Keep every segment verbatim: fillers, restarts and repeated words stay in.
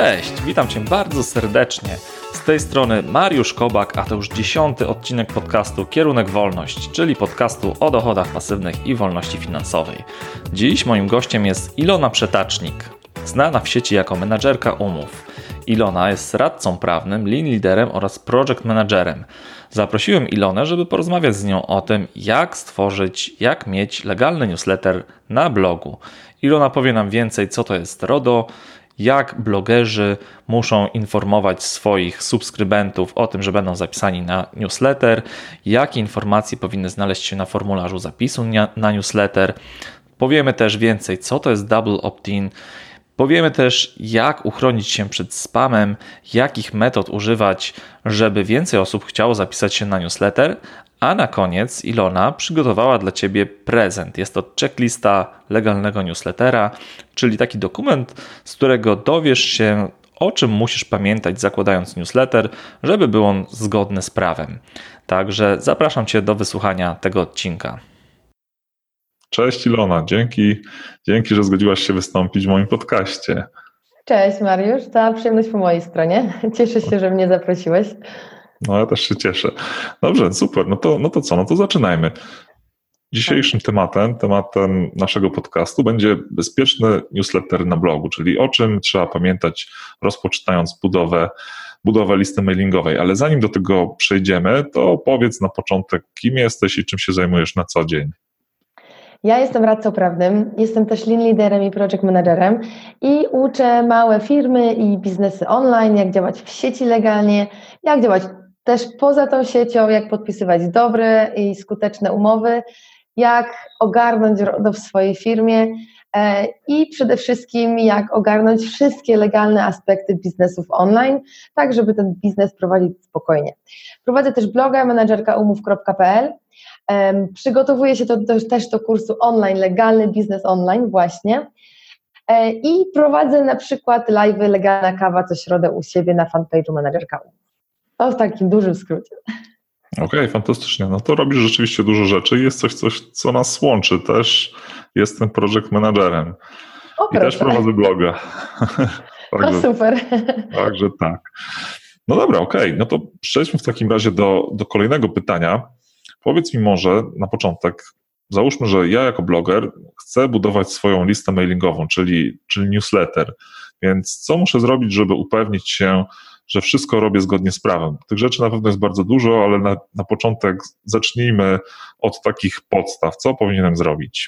Cześć, witam Cię bardzo serdecznie. Z tej strony Mariusz Kobak, a to już dziesiąty odcinek podcastu Kierunek Wolność, czyli podcastu o dochodach pasywnych i wolności finansowej. Dziś moim gościem jest Ilona Przetacznik, znana w sieci jako menadżerka umów. Ilona jest radcą prawnym, lean liderem oraz project managerem. Zaprosiłem Ilonę, żeby porozmawiać z nią o tym, jak stworzyć, jak mieć legalny newsletter na blogu. Ilona powie nam więcej, co to jest RODO, jak blogerzy muszą informować swoich subskrybentów o tym, że będą zapisani na newsletter, jakie informacje powinny znaleźć się na formularzu zapisu na newsletter. Powiemy też więcej, co to jest double opt-in. Powiemy też, jak uchronić się przed spamem, jakich metod używać, żeby więcej osób chciało zapisać się na newsletter, a na koniec Ilona przygotowała dla Ciebie prezent. Jest to checklista legalnego newslettera, czyli taki dokument, z którego dowiesz się, o czym musisz pamiętać, zakładając newsletter, żeby był on zgodny z prawem. Także zapraszam Cię do wysłuchania tego odcinka. Cześć Ilona, dzięki, dzięki, że zgodziłaś się wystąpić w moim podcaście. Cześć Mariusz, cała przyjemność po mojej stronie. Cieszę się, że mnie zaprosiłeś. No ja też się cieszę. Dobrze, super, no to, no to co, no to zaczynajmy. Dzisiejszym tematem, tematem naszego podcastu będzie bezpieczny newsletter na blogu, czyli o czym trzeba pamiętać, rozpoczynając budowę, budowę listy mailingowej. Ale zanim do tego przejdziemy, to powiedz na początek, kim jesteś i czym się zajmujesz na co dzień. Ja jestem radcą prawnym, jestem też lean liderem i project managerem i uczę małe firmy i biznesy online, jak działać w sieci legalnie, jak działać też poza tą siecią, jak podpisywać dobre i skuteczne umowy, jak ogarnąć RODO w swojej firmie i przede wszystkim jak ogarnąć wszystkie legalne aspekty biznesów online, tak żeby ten biznes prowadzić spokojnie. Prowadzę też bloga menadżerka umów kropka p l. Um, przygotowuję się do, do, też do kursu online, legalny biznes online właśnie e, i prowadzę na przykład live'y Legalna Kawa co środę u siebie na fanpage'u menadżerka umów. To w takim dużym skrócie. Okej, okay, fantastycznie. No to robisz rzeczywiście dużo rzeczy i jest coś, coś, co nas łączy. Też jestem project managerem o, i też prowadzę bloga. także, no super. Także tak. No dobra, okej. Okay. No to przejdźmy w takim razie do, do kolejnego pytania. Powiedz mi może na początek, załóżmy, że ja jako bloger chcę budować swoją listę mailingową, czyli, czyli newsletter, więc co muszę zrobić, żeby upewnić się, że wszystko robię zgodnie z prawem? Tych rzeczy na pewno jest bardzo dużo, ale na, na początek zacznijmy od takich podstaw. Co powinienem zrobić?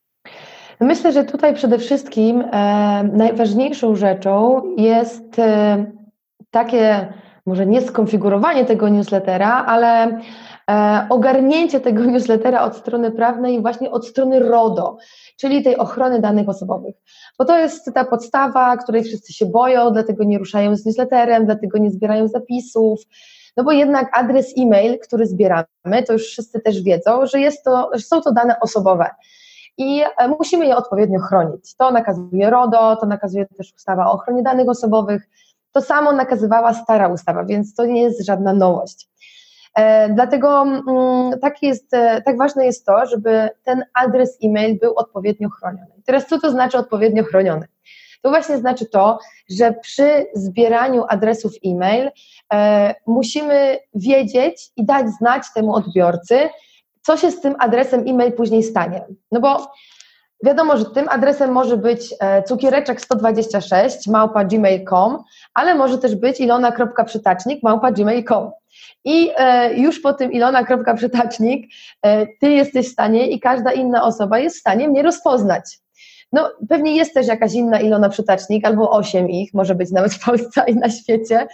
Myślę, że tutaj przede wszystkim e, najważniejszą rzeczą jest e, takie, może nie skonfigurowanie tego newslettera, ale E, ogarnięcie tego newslettera od strony prawnej i właśnie od strony RODO, czyli tej ochrony danych osobowych. Bo to jest ta podstawa, której wszyscy się boją, dlatego nie ruszają z newsletterem, dlatego nie zbierają zapisów, no bo jednak adres e-mail, który zbieramy, to już wszyscy też wiedzą, że jest to, że są to dane osobowe i e, musimy je odpowiednio chronić. To nakazuje RODO, to nakazuje też ustawa o ochronie danych osobowych, to samo nakazywała stara ustawa, więc to nie jest żadna nowość. E, dlatego m, tak, jest, e, tak ważne jest to, żeby ten adres e-mail był odpowiednio chroniony. Teraz co to znaczy odpowiednio chroniony? To właśnie znaczy to, że przy zbieraniu adresów e-mail e, musimy wiedzieć i dać znać temu odbiorcy, co się z tym adresem e-mail później stanie. No bo wiadomo, że tym adresem może być cukiereczek sto dwadzieścia sześć małpa gmail kropka com, ale może też być ilona kropka przetacznik małpa gmail kropka com. I e, już po tym ilona kropka przetacznik e, ty jesteś w stanie i każda inna osoba jest w stanie mnie rozpoznać. No pewnie jest też jakaś inna Ilona Przetacznik, albo osiem ich, może być nawet w Polsce i na świecie.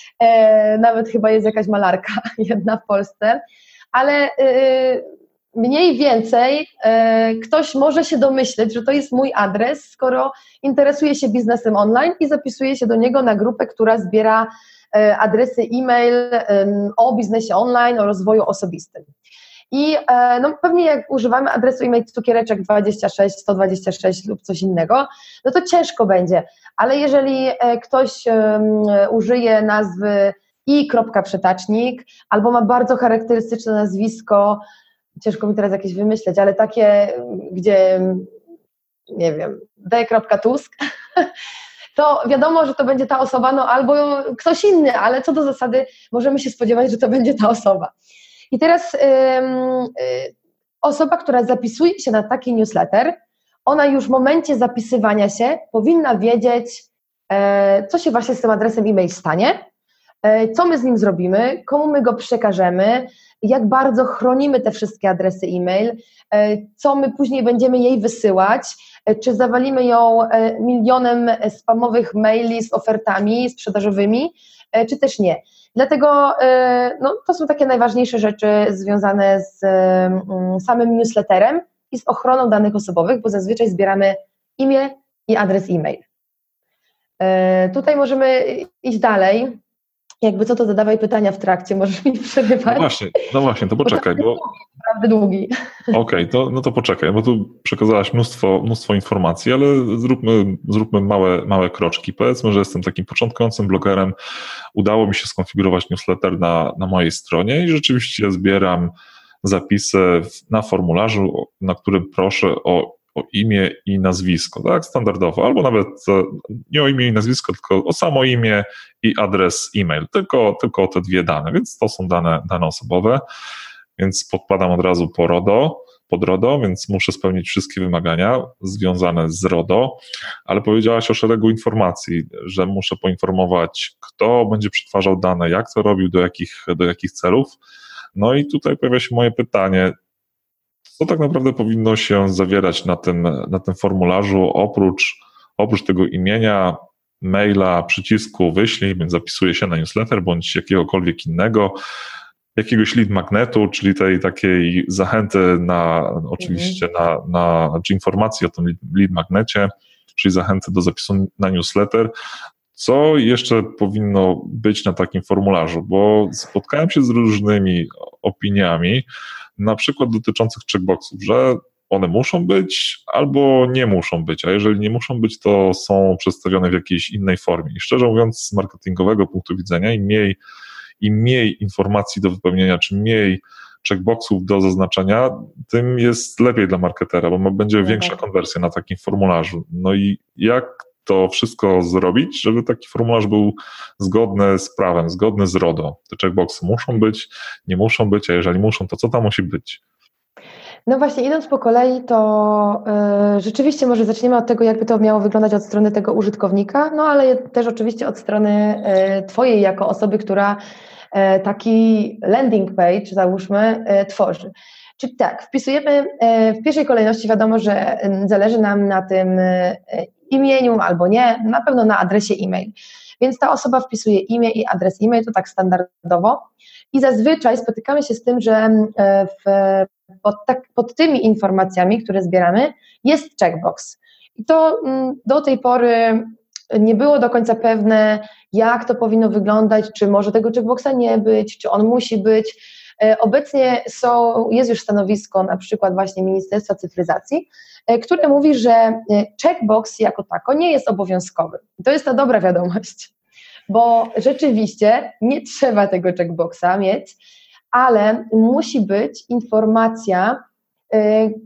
E, nawet chyba jest jakaś malarka jedna w Polsce, ale e, mniej więcej e, ktoś może się domyśleć, że to jest mój adres, skoro interesuje się biznesem online i zapisuje się do niego na grupę, która zbiera e, adresy e-mail e, o biznesie online, o rozwoju osobistym. I e, no, pewnie jak używamy adresu e-mail cukiereczek dwadzieścia sześć sto dwadzieścia sześć lub coś innego, no to ciężko będzie, ale jeżeli e, ktoś e, użyje nazwy i.przetacznik albo ma bardzo charakterystyczne nazwisko, ciężko mi teraz jakieś wymyśleć, ale takie, gdzie, nie wiem, d.tusk, to wiadomo, że to będzie ta osoba, no albo ktoś inny, ale co do zasady możemy się spodziewać, że to będzie ta osoba. I teraz ym, y, osoba, która zapisuje się na taki newsletter, ona już w momencie zapisywania się powinna wiedzieć, e, co się właśnie z tym adresem e-mail stanie, e, co my z nim zrobimy, komu my go przekażemy, jak bardzo chronimy te wszystkie adresy e-mail, e, co my później będziemy jej wysyłać, e, czy zawalimy ją e, milionem spamowych maili z ofertami sprzedażowymi, e, czy też nie. Dlatego e, no, to są takie najważniejsze rzeczy związane z e, samym newsletterem i z ochroną danych osobowych, bo zazwyczaj zbieramy imię i adres e-mail. E, tutaj możemy iść dalej. Jakby co, to zadawaj pytania w trakcie, możesz mi przerywać. No właśnie, no właśnie, to poczekaj. Bo... Naprawdę długi. Okej, okay, to, no to poczekaj, bo tu przekazałaś mnóstwo, mnóstwo informacji, ale zróbmy, zróbmy małe, małe kroczki. Powiedzmy, że jestem takim początkującym blogerem, udało mi się skonfigurować newsletter na, na mojej stronie i rzeczywiście zbieram zapisy na formularzu, na którym proszę o o imię i nazwisko, tak, standardowo, albo nawet nie o imię i nazwisko, tylko o samo imię i adres e-mail, tylko, tylko o te dwie dane, więc to są dane, dane osobowe, więc podpadam od razu po RODO, pod RODO, więc muszę spełnić wszystkie wymagania związane z RODO, ale powiedziałaś o szeregu informacji, że muszę poinformować, kto będzie przetwarzał dane, jak to robił, do jakich, do jakich celów. No i tutaj pojawia się moje pytanie, co tak naprawdę powinno się zawierać na tym, na tym formularzu, oprócz, oprócz tego imienia, maila, przycisku wyślij, więc zapisuje się na newsletter, bądź jakiegokolwiek innego, jakiegoś lead magnetu, czyli tej takiej zachęty na, oczywiście na, na, czy informacji o tym lead magnecie, czyli zachęty do zapisu na newsletter. Co jeszcze powinno być na takim formularzu? Bo spotkałem się z różnymi opiniami, na przykład dotyczących checkboxów, że one muszą być albo nie muszą być, a jeżeli nie muszą być, to są przedstawione w jakiejś innej formie. I szczerze mówiąc, z marketingowego punktu widzenia, im mniej, im mniej informacji do wypełnienia, czy mniej checkboxów do zaznaczenia, tym jest lepiej dla marketera, bo będzie no większa tak. konwersja na takim formularzu. No i jak to wszystko zrobić, żeby taki formularz był zgodny z prawem, zgodny z RODO? Te checkboxy muszą być, nie muszą być, a jeżeli muszą, to co tam musi być? No właśnie, idąc po kolei, to yy, rzeczywiście może zaczniemy od tego, jakby to miało wyglądać od strony tego użytkownika, no ale też oczywiście od strony yy, Twojej jako osoby, która yy, taki landing page, załóżmy, yy, tworzy. Czyli tak, wpisujemy, yy, w pierwszej kolejności wiadomo, że yy, zależy nam na tym yy, imieniu albo nie, na pewno na adresie e-mail. Więc ta osoba wpisuje imię i adres e-mail, to tak standardowo. I zazwyczaj spotykamy się z tym, że w, pod, tak, pod tymi informacjami, które zbieramy, jest checkbox. I to do tej pory nie było do końca pewne, jak to powinno wyglądać, czy może tego checkboxa nie być, czy on musi być. Obecnie są, jest już stanowisko na przykład właśnie Ministerstwa Cyfryzacji, które mówi, że checkbox jako tako nie jest obowiązkowy. I to jest ta dobra wiadomość, bo rzeczywiście nie trzeba tego checkboxa mieć, ale musi być informacja, y,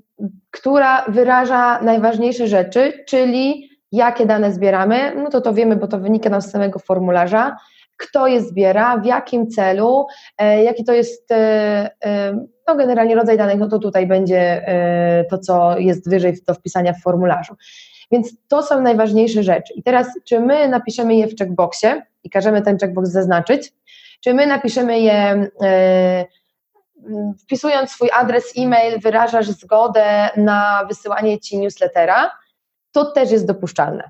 która wyraża najważniejsze rzeczy, czyli jakie dane zbieramy, no to to wiemy, bo to wynika nam z samego formularza, kto je zbiera, w jakim celu, e, jaki to jest e, no generalnie rodzaj danych, no to tutaj będzie e, to, co jest wyżej do wpisania w formularzu. Więc to są najważniejsze rzeczy. I teraz, czy my napiszemy je w checkboxie i każemy ten checkbox zaznaczyć, czy my napiszemy je, e, wpisując swój adres e-mail, wyrażasz zgodę na wysyłanie Ci newslettera, to też jest dopuszczalne.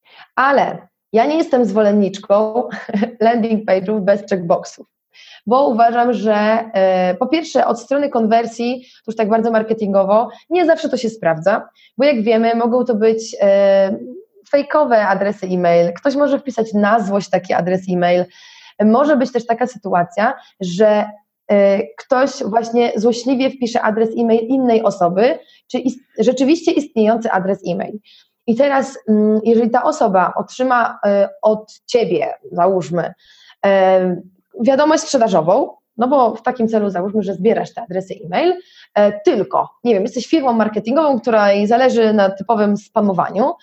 Ale ja nie jestem zwolenniczką landing page'ów bez checkboxów, bo uważam, że e, po pierwsze od strony konwersji, to już tak bardzo marketingowo, nie zawsze to się sprawdza, bo jak wiemy, mogą to być e, fejkowe adresy e-mail, ktoś może wpisać na złość taki adres e-mail, może być też taka sytuacja, że e, ktoś właśnie złośliwie wpisze adres e-mail innej osoby, czy ist- rzeczywiście istniejący adres e-mail. I teraz, jeżeli ta osoba otrzyma od Ciebie, załóżmy, wiadomość sprzedażową, no bo w takim celu załóżmy, że zbierasz te adresy e-mail, tylko, nie wiem, jesteś firmą marketingową, której zależy na typowym spamowaniu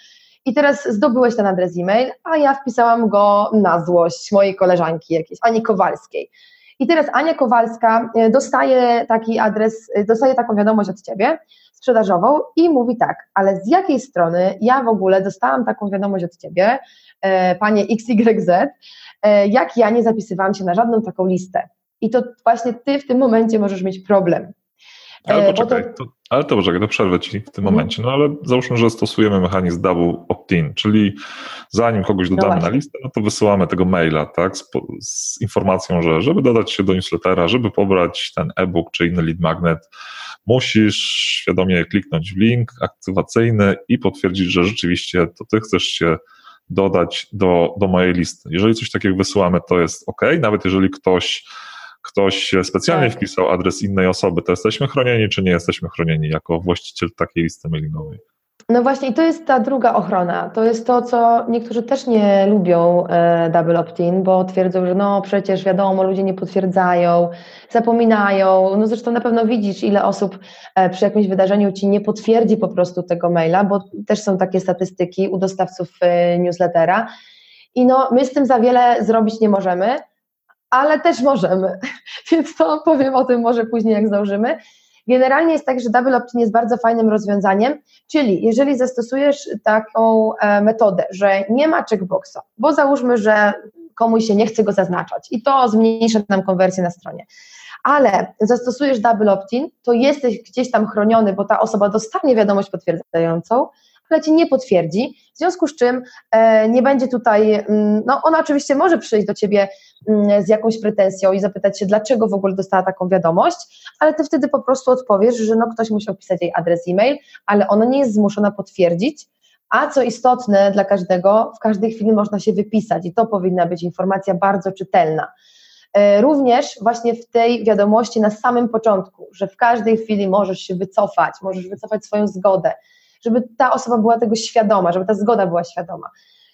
i teraz zdobyłeś ten adres e-mail, a ja wpisałam go na złość mojej koleżanki jakiejś, Ani Kowalskiej. I teraz Ania Kowalska dostaje taki adres, dostaje taką wiadomość od Ciebie sprzedażową i mówi tak, ale z jakiej strony ja w ogóle dostałam taką wiadomość od Ciebie, e, Panie X Y Z, e, jak ja nie zapisywałam się na żadną taką listę. I to właśnie Ty w tym momencie możesz mieć problem. Ale poczekaj, to, to, ale to poczekaj, to przerwę Ci w tym hmm. momencie, no ale załóżmy, że stosujemy mechanizm double opt-in, czyli zanim kogoś dodamy no na listę, no to wysyłamy tego maila, tak, z, z informacją, że żeby dodać się do newslettera, żeby pobrać ten e-book czy inny lead magnet, musisz świadomie kliknąć w link aktywacyjny i potwierdzić, że rzeczywiście to Ty chcesz się dodać do, do mojej listy. Jeżeli coś takiego wysyłamy, to jest ok, nawet jeżeli ktoś ktoś specjalnie tak. wpisał adres innej osoby, to jesteśmy chronieni, czy nie jesteśmy chronieni jako właściciel takiej listy mailingowej? No właśnie i to jest ta druga ochrona, to jest to, co niektórzy też nie lubią e, double opt-in, bo twierdzą, że no przecież wiadomo, ludzie nie potwierdzają, zapominają, no zresztą na pewno widzisz, ile osób e, przy jakimś wydarzeniu Ci nie potwierdzi po prostu tego maila, bo też są takie statystyki u dostawców e, newslettera i no my z tym za wiele zrobić nie możemy, ale też możemy, więc to powiem o tym może później, jak założymy. Generalnie jest tak, że double opt-in jest bardzo fajnym rozwiązaniem, czyli jeżeli zastosujesz taką e, metodę, że nie ma checkboxa, bo załóżmy, że komuś się nie chce go zaznaczać i to zmniejsza nam konwersję na stronie, ale zastosujesz double opt-in, to jesteś gdzieś tam chroniony, bo ta osoba dostanie wiadomość potwierdzającą, ale Ci nie potwierdzi, w związku z czym e, nie będzie tutaj, no ona oczywiście może przyjść do Ciebie m, z jakąś pretensją i zapytać się, dlaczego w ogóle dostała taką wiadomość, ale Ty wtedy po prostu odpowiesz, że no ktoś musiał pisać jej adres e-mail, ale ona nie jest zmuszona potwierdzić, a co istotne dla każdego, w każdej chwili można się wypisać i to powinna być informacja bardzo czytelna. E, również właśnie w tej wiadomości na samym początku, że w każdej chwili możesz się wycofać, możesz wycofać swoją zgodę, żeby ta osoba była tego świadoma, żeby ta zgoda była świadoma.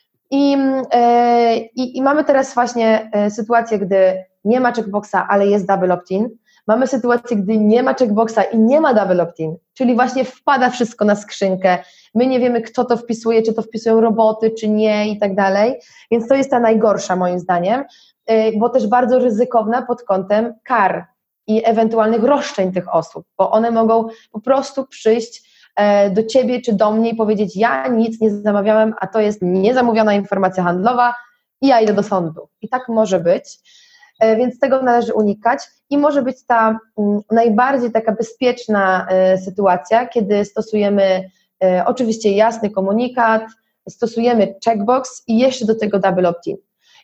I, yy, i, i mamy teraz właśnie yy, sytuację, gdy nie ma checkboxa, ale jest double opt-in. Mamy sytuację, gdy nie ma checkboxa i nie ma double opt-in, czyli właśnie wpada wszystko na skrzynkę. My nie wiemy, kto to wpisuje, czy to wpisują roboty, czy nie i tak dalej. Więc to jest ta najgorsza moim zdaniem, yy, bo też bardzo ryzykowna pod kątem kar i ewentualnych roszczeń tych osób, bo one mogą po prostu przyjść do Ciebie czy do mnie i powiedzieć, ja nic nie zamawiałem, a to jest niezamówiona informacja handlowa i ja idę do sądu. I tak może być, więc tego należy unikać i może być ta najbardziej taka bezpieczna sytuacja, kiedy stosujemy oczywiście jasny komunikat, stosujemy checkbox i jeszcze do tego double opt-in.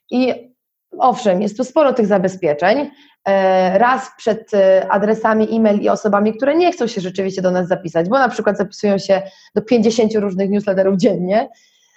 I owszem, jest tu sporo tych zabezpieczeń, raz przed adresami e-mail i osobami, które nie chcą się rzeczywiście do nas zapisać, bo na przykład zapisują się do pięćdziesięciu różnych newsletterów dziennie,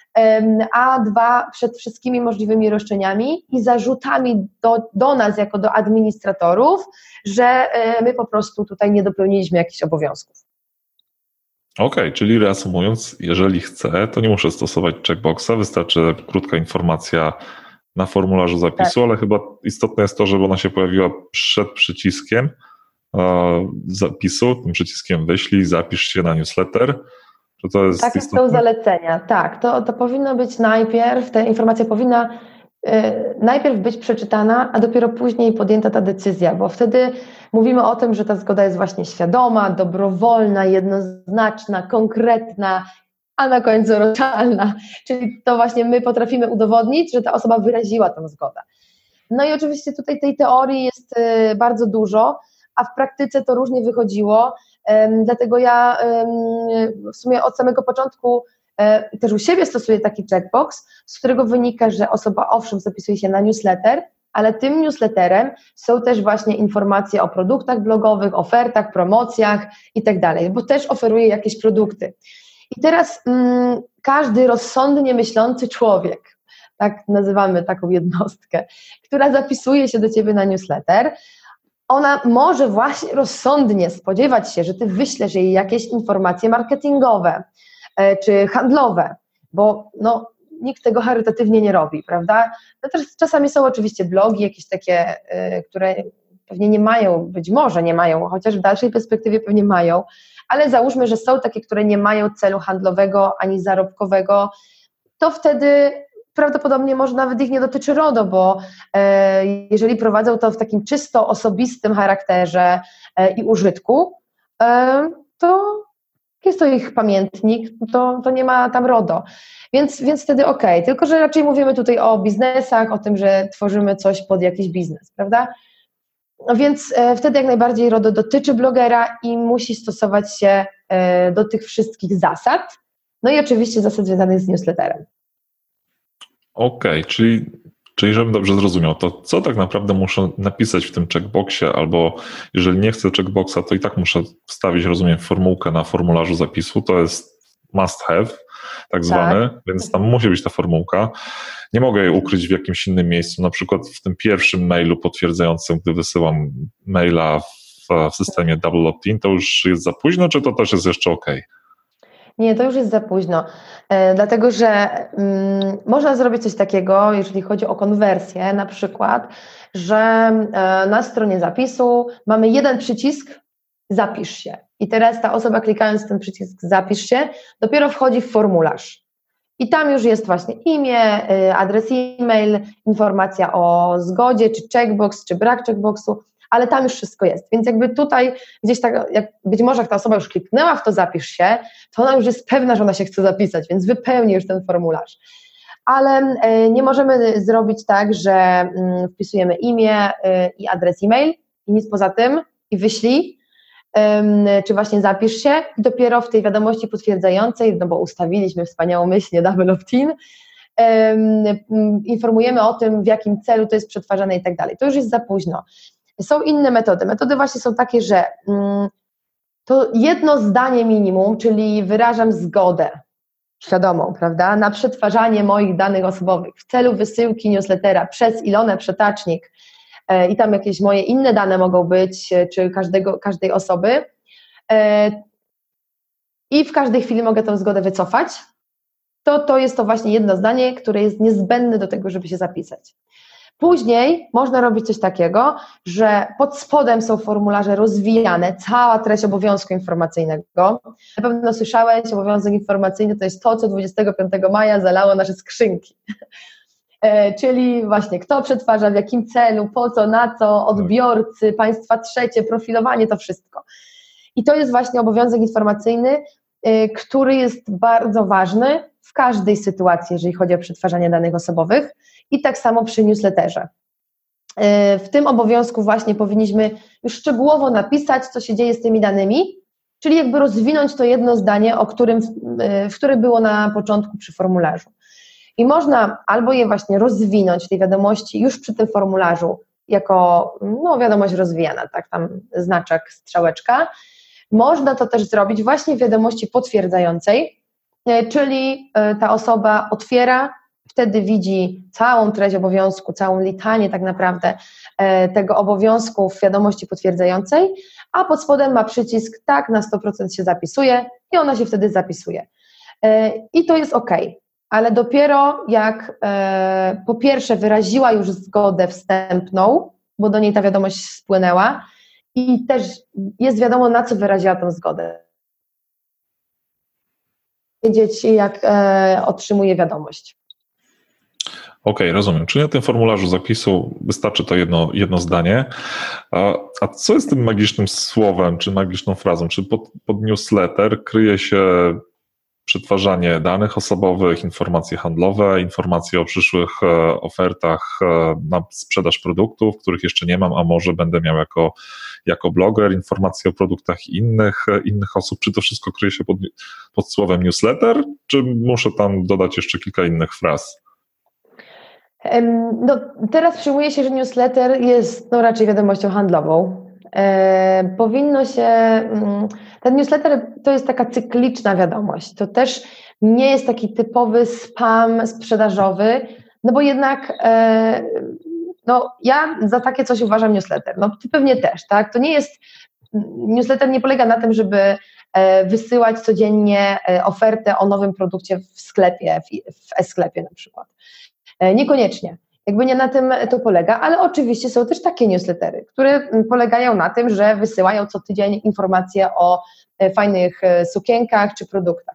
a dwa przed wszystkimi możliwymi roszczeniami i zarzutami do, do nas jako do administratorów, że my po prostu tutaj nie dopełniliśmy jakichś obowiązków. Okej, okay, czyli reasumując, jeżeli chcę, to nie muszę stosować checkboxa, wystarczy krótka informacja na formularzu zapisu, tak. Ale chyba istotne jest to, żeby ona się pojawiła przed przyciskiem e, zapisu, tym przyciskiem wyślij, zapisz się na newsletter. Czy to jest tak istotne? Są zalecenia, tak, to, to powinno być najpierw, ta informacja powinna y, najpierw być przeczytana, a dopiero później podjęta ta decyzja, bo wtedy mówimy o tym, że ta zgoda jest właśnie świadoma, dobrowolna, jednoznaczna, konkretna, a na końcu rozstrzalna, czyli to właśnie my potrafimy udowodnić, że ta osoba wyraziła tę zgodę. No i oczywiście tutaj tej teorii jest y, bardzo dużo, a w praktyce to różnie wychodziło, ym, dlatego ja ym, w sumie od samego początku y, też u siebie stosuję taki checkbox, z którego wynika, że osoba owszem zapisuje się na newsletter, ale tym newsletterem są też właśnie informacje o produktach blogowych, ofertach, promocjach i tak dalej, bo też oferuje jakieś produkty. I teraz mm, każdy rozsądnie myślący człowiek, tak nazywamy taką jednostkę, która zapisuje się do Ciebie na newsletter, ona może właśnie rozsądnie spodziewać się, że Ty wyślesz jej jakieś informacje marketingowe e, czy handlowe, bo no, nikt tego charytatywnie nie robi, prawda? No też czasami są oczywiście blogi jakieś takie, e, które pewnie nie mają, być może nie mają, chociaż w dalszej perspektywie pewnie mają, ale załóżmy, że są takie, które nie mają celu handlowego ani zarobkowego, to wtedy prawdopodobnie może nawet ich nie dotyczy RODO, bo e, jeżeli prowadzą to w takim czysto osobistym charakterze e, i użytku, e, to jest to ich pamiętnik, to, to nie ma tam RODO. Więc, więc wtedy okej, okay. Tylko że raczej mówimy tutaj o biznesach, o tym, że tworzymy coś pod jakiś biznes, prawda? No więc e, wtedy jak najbardziej RODO dotyczy blogera i musi stosować się e, do tych wszystkich zasad, no i oczywiście zasad związanych z newsletterem. Okej, okay, czyli, czyli żebym dobrze zrozumiał, to co tak naprawdę muszę napisać w tym checkboxie, albo jeżeli nie chcę checkboxa, to i tak muszę wstawić, rozumiem, formułkę na formularzu zapisu, to jest must have, tak zwany, tak. Więc tam musi być ta formułka. Nie mogę jej ukryć w jakimś innym miejscu, na przykład w tym pierwszym mailu potwierdzającym, gdy wysyłam maila w, w systemie Double Opt-in, to już jest za późno, czy to też jest jeszcze ok? Nie, to już jest za późno, e, dlatego że mm, można zrobić coś takiego, jeżeli chodzi o konwersję na przykład, że e, na stronie zapisu mamy jeden przycisk zapisz się i teraz ta osoba klikając ten przycisk zapisz się dopiero wchodzi w formularz i tam już jest właśnie imię, y, adres e-mail, informacja o zgodzie, czy checkbox, czy brak checkboxu, ale tam już wszystko jest, więc jakby tutaj gdzieś tak, jak być może jak ta osoba już kliknęła w to zapisz się, to ona już jest pewna, że ona się chce zapisać, więc wypełni już ten formularz. Ale nie możemy zrobić tak, że wpisujemy imię i adres e-mail i nic poza tym i wyślij, czy właśnie zapisz się i dopiero w tej wiadomości potwierdzającej, no bo ustawiliśmy wspaniałomyślnie double opt-in, informujemy o tym, w jakim celu to jest przetwarzane i tak dalej. To już jest za późno. Są inne metody. Metody właśnie są takie, że to jedno zdanie minimum, czyli wyrażam zgodę świadomą, prawda, na przetwarzanie moich danych osobowych w celu wysyłki newslettera przez Ilonę Przetacznik i tam jakieś moje inne dane mogą być, czy każdego, każdej osoby i w każdej chwili mogę tę zgodę wycofać, to to jest to właśnie jedno zdanie, które jest niezbędne do tego, żeby się zapisać. Później można robić coś takiego, że pod spodem są formularze rozwijane, cała treść obowiązku informacyjnego. Na pewno słyszałeś, obowiązek informacyjny to jest to, co dwudziestego piątego maja zalało nasze skrzynki. E, czyli właśnie kto przetwarza, w jakim celu, po co, na co, odbiorcy, państwa trzecie, profilowanie, to wszystko. I to jest właśnie obowiązek informacyjny, y, który jest bardzo ważny w każdej sytuacji, jeżeli chodzi o przetwarzanie danych osobowych. I tak samo przy newsletterze. W tym obowiązku właśnie powinniśmy już szczegółowo napisać, co się dzieje z tymi danymi, czyli jakby rozwinąć to jedno zdanie, o którym, w którym było na początku przy formularzu. I można albo je właśnie rozwinąć w tej wiadomości już przy tym formularzu, jako no, wiadomość rozwijana, tak, tam znaczek, strzałeczka. Można to też zrobić właśnie w wiadomości potwierdzającej, czyli ta osoba otwiera, wtedy widzi całą treść obowiązku, całą litanię tak naprawdę e, tego obowiązku w wiadomości potwierdzającej, a pod spodem ma przycisk tak, na sto procent się zapisuje i ona się wtedy zapisuje. E, I to jest ok, ale dopiero jak e, po pierwsze wyraziła już zgodę wstępną, bo do niej ta wiadomość spłynęła i też jest wiadomo, na co wyraziła tę zgodę. Wiedzieć, jak e, otrzymuje wiadomość. Okej, okay, rozumiem. Czyli na tym formularzu zapisu wystarczy to jedno, jedno zdanie. A, a co jest tym magicznym słowem, czy magiczną frazą? Czy pod, pod newsletter kryje się przetwarzanie danych osobowych, informacje handlowe, informacje o przyszłych e, ofertach e, na sprzedaż produktów, których jeszcze nie mam, a może będę miał jako, jako bloger, informacje o produktach innych, e, innych osób? Czy to wszystko kryje się pod, pod słowem newsletter, czy muszę tam dodać jeszcze kilka innych fraz? No, teraz przyjmuje się, że newsletter jest no, raczej wiadomością handlową. E, powinno się, ten newsletter to jest taka cykliczna wiadomość, to też nie jest taki typowy spam sprzedażowy, no bo jednak e, no, ja za takie coś uważam newsletter, no ty pewnie też, tak, to nie jest, newsletter nie polega na tym, żeby e, wysyłać codziennie ofertę o nowym produkcie w sklepie, w, w e-sklepie na przykład. Niekoniecznie. Jakby nie na tym to polega, ale oczywiście są też takie newslettery, które polegają na tym, że wysyłają co tydzień informacje o fajnych sukienkach czy produktach.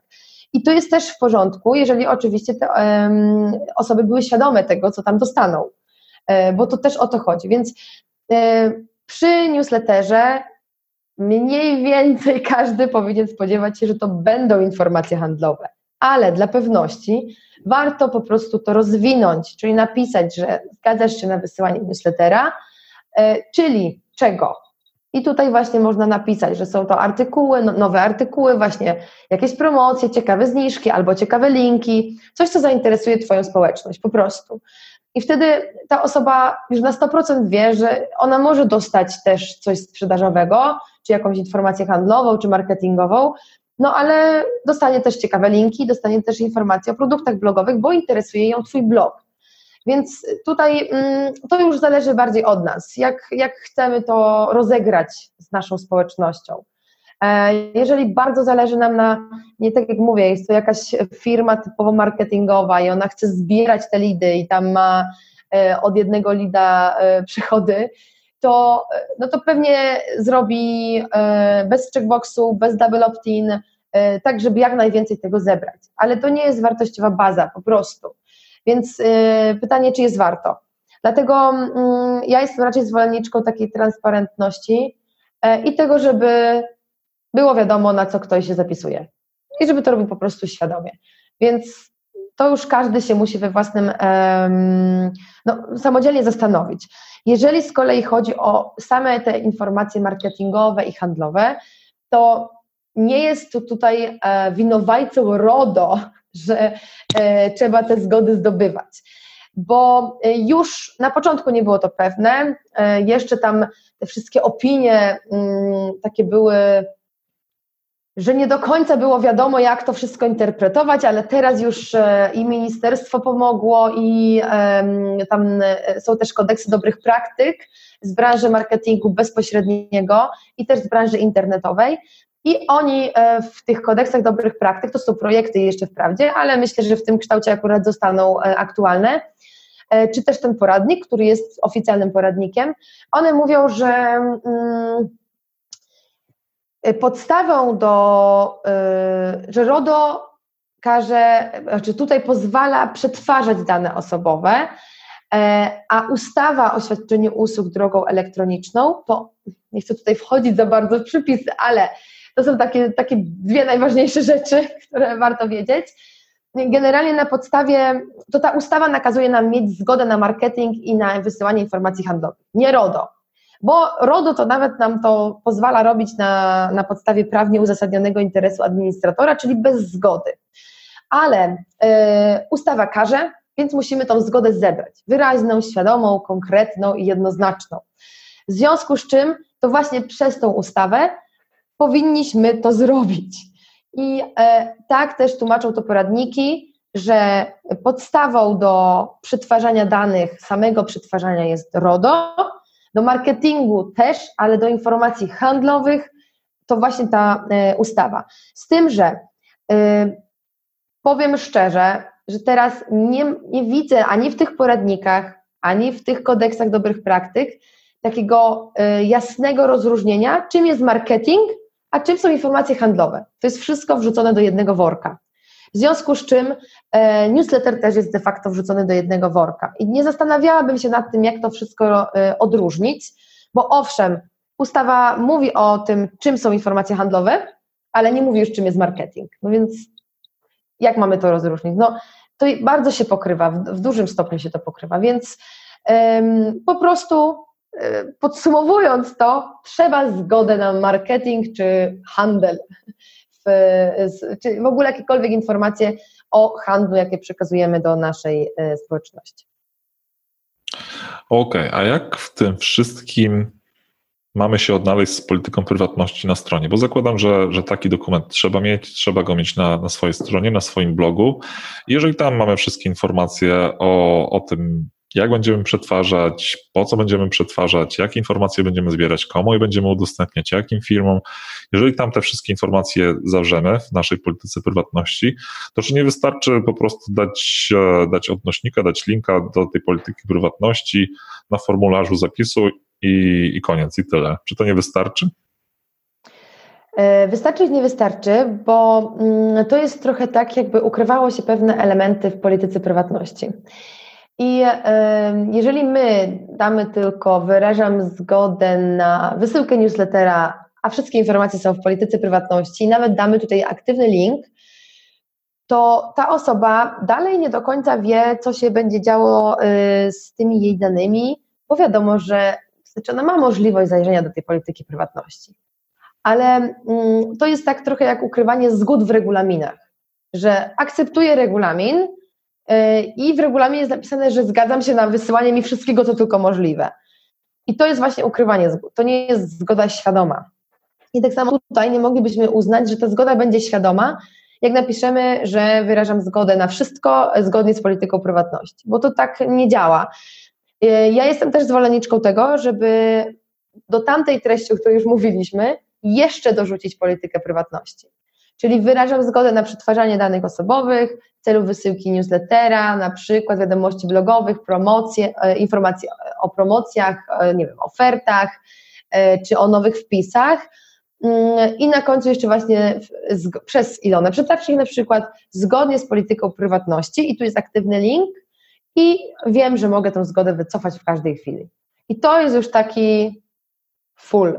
I to jest też w porządku, jeżeli oczywiście te um, osoby były świadome tego, co tam dostaną, e, bo to też o to chodzi. Więc e, przy newsletterze mniej więcej każdy powinien spodziewać się, że to będą informacje handlowe, ale dla pewności warto po prostu to rozwinąć, czyli napisać, że zgadzasz się na wysyłanie newslettera, e, czyli czego? I tutaj właśnie można napisać, że są to artykuły, no, nowe artykuły, właśnie jakieś promocje, ciekawe zniżki albo ciekawe linki, coś, co zainteresuje Twoją społeczność po prostu. I wtedy ta osoba już na sto procent wie, że ona może dostać też coś sprzedażowego, czy jakąś informację handlową, czy marketingową, no ale dostanie też ciekawe linki, dostanie też informacje o produktach blogowych, bo interesuje ją Twój blog. Więc tutaj mm, to już zależy bardziej od nas, jak, jak chcemy to rozegrać z naszą społecznością. E, jeżeli bardzo zależy nam na, nie tak jak mówię, jest to jakaś firma typowo marketingowa i ona chce zbierać te lidy i tam ma e, od jednego lida e, przychody, to, no to pewnie zrobi e, bez checkboxu, bez double opt-in, e, tak żeby jak najwięcej tego zebrać. Ale to nie jest wartościowa baza po prostu. Więc y, pytanie, czy jest warto. Dlatego y, ja jestem raczej zwolenniczką takiej transparentności y, i tego, żeby było wiadomo, na co ktoś się zapisuje i żeby to robił po prostu świadomie. Więc to już każdy się musi we własnym, y, no, samodzielnie zastanowić. Jeżeli z kolei chodzi o same te informacje marketingowe i handlowe, to nie jest tu tutaj y, winowajcą RODO, że e, trzeba te zgody zdobywać, bo już na początku nie było to pewne, e, jeszcze tam te wszystkie opinie m, takie były, że nie do końca było wiadomo, jak to wszystko interpretować, ale teraz już e, i ministerstwo pomogło i e, tam są też kodeksy dobrych praktyk z branży marketingu bezpośredniego i też z branży internetowej. I oni w tych kodeksach dobrych praktyk, to są projekty jeszcze wprawdzie, ale myślę, że w tym kształcie akurat zostaną aktualne, czy też ten poradnik, który jest oficjalnym poradnikiem, one mówią, że podstawą do, że RODO każe, znaczy tutaj pozwala przetwarzać dane osobowe, a ustawa o świadczeniu usług drogą elektroniczną, to nie chcę tutaj wchodzić za bardzo w przepisy, ale to są takie, takie dwie najważniejsze rzeczy, które warto wiedzieć. Generalnie na podstawie, to ta ustawa nakazuje nam mieć zgodę na marketing i na wysyłanie informacji handlowych, nie RODO. Bo RODO to nawet nam to pozwala robić na, na podstawie prawnie uzasadnionego interesu administratora, czyli bez zgody. Ale y, ustawa każe, więc musimy tą zgodę zebrać. Wyraźną, świadomą, konkretną i jednoznaczną. W związku z czym to właśnie przez tą ustawę powinniśmy to zrobić. I e, tak też tłumaczą to poradniki, że podstawą do przetwarzania danych, samego przetwarzania jest RODO, do marketingu też, ale do informacji handlowych to właśnie ta e, ustawa. Z tym, że e, powiem szczerze, że teraz nie, nie widzę ani w tych poradnikach, ani w tych kodeksach dobrych praktyk takiego e, jasnego rozróżnienia, czym jest marketing, a czym są informacje handlowe. To jest wszystko wrzucone do jednego worka. W związku z czym e, newsletter też jest de facto wrzucony do jednego worka. I nie zastanawiałabym się nad tym, jak to wszystko e, odróżnić, bo owszem, ustawa mówi o tym, czym są informacje handlowe, ale nie mówi już, czym jest marketing. No więc jak mamy to rozróżnić? No to bardzo się pokrywa, w, w dużym stopniu się to pokrywa, więc e, po prostu podsumowując to, trzeba zgodę na marketing czy handel, w, czy w ogóle jakiekolwiek informacje o handlu, jakie przekazujemy do naszej społeczności. Okej, okay, a jak w tym wszystkim mamy się odnaleźć z polityką prywatności na stronie? Bo zakładam, że, że taki dokument trzeba mieć, trzeba go mieć na, na swojej stronie, na swoim blogu. Jeżeli tam mamy wszystkie informacje o, o tym, jak będziemy przetwarzać, po co będziemy przetwarzać, jakie informacje będziemy zbierać, komu je będziemy udostępniać, jakim firmom. Jeżeli tam te wszystkie informacje zawrzemy w naszej polityce prywatności, to czy nie wystarczy po prostu dać, dać odnośnika, dać linka do tej polityki prywatności na formularzu zapisu i, i koniec, i tyle. Czy to nie wystarczy? Wystarczy i nie wystarczy, bo to jest trochę tak, jakby ukrywało się pewne elementy w polityce prywatności. I jeżeli my damy tylko, wyrażam zgodę na wysyłkę newslettera, a wszystkie informacje są w polityce prywatności i nawet damy tutaj aktywny link, to ta osoba dalej nie do końca wie, co się będzie działo z tymi jej danymi, bo wiadomo, że znaczy ona ma możliwość zajrzenia do tej polityki prywatności. Ale to jest tak trochę jak ukrywanie zgód w regulaminach, że akceptuję regulamin i w regulaminie jest napisane, że zgadzam się na wysyłanie mi wszystkiego, co tylko możliwe. I to jest właśnie ukrywanie zgód, to nie jest zgoda świadoma. I tak samo tutaj nie moglibyśmy uznać, że ta zgoda będzie świadoma, jak napiszemy, że wyrażam zgodę na wszystko zgodnie z polityką prywatności, bo to tak nie działa. Ja jestem też zwolenniczką tego, żeby do tamtej treści, o której już mówiliśmy, jeszcze dorzucić politykę prywatności. Czyli wyrażam zgodę na przetwarzanie danych osobowych w celu wysyłki newslettera, na przykład wiadomości blogowych, promocje, informacji o promocjach, nie wiem, ofertach, czy o nowych wpisach. I na końcu jeszcze właśnie przez Ilonę Przetawczyk na przykład zgodnie z polityką prywatności i tu jest aktywny link i wiem, że mogę tę zgodę wycofać w każdej chwili. I to jest już taki full,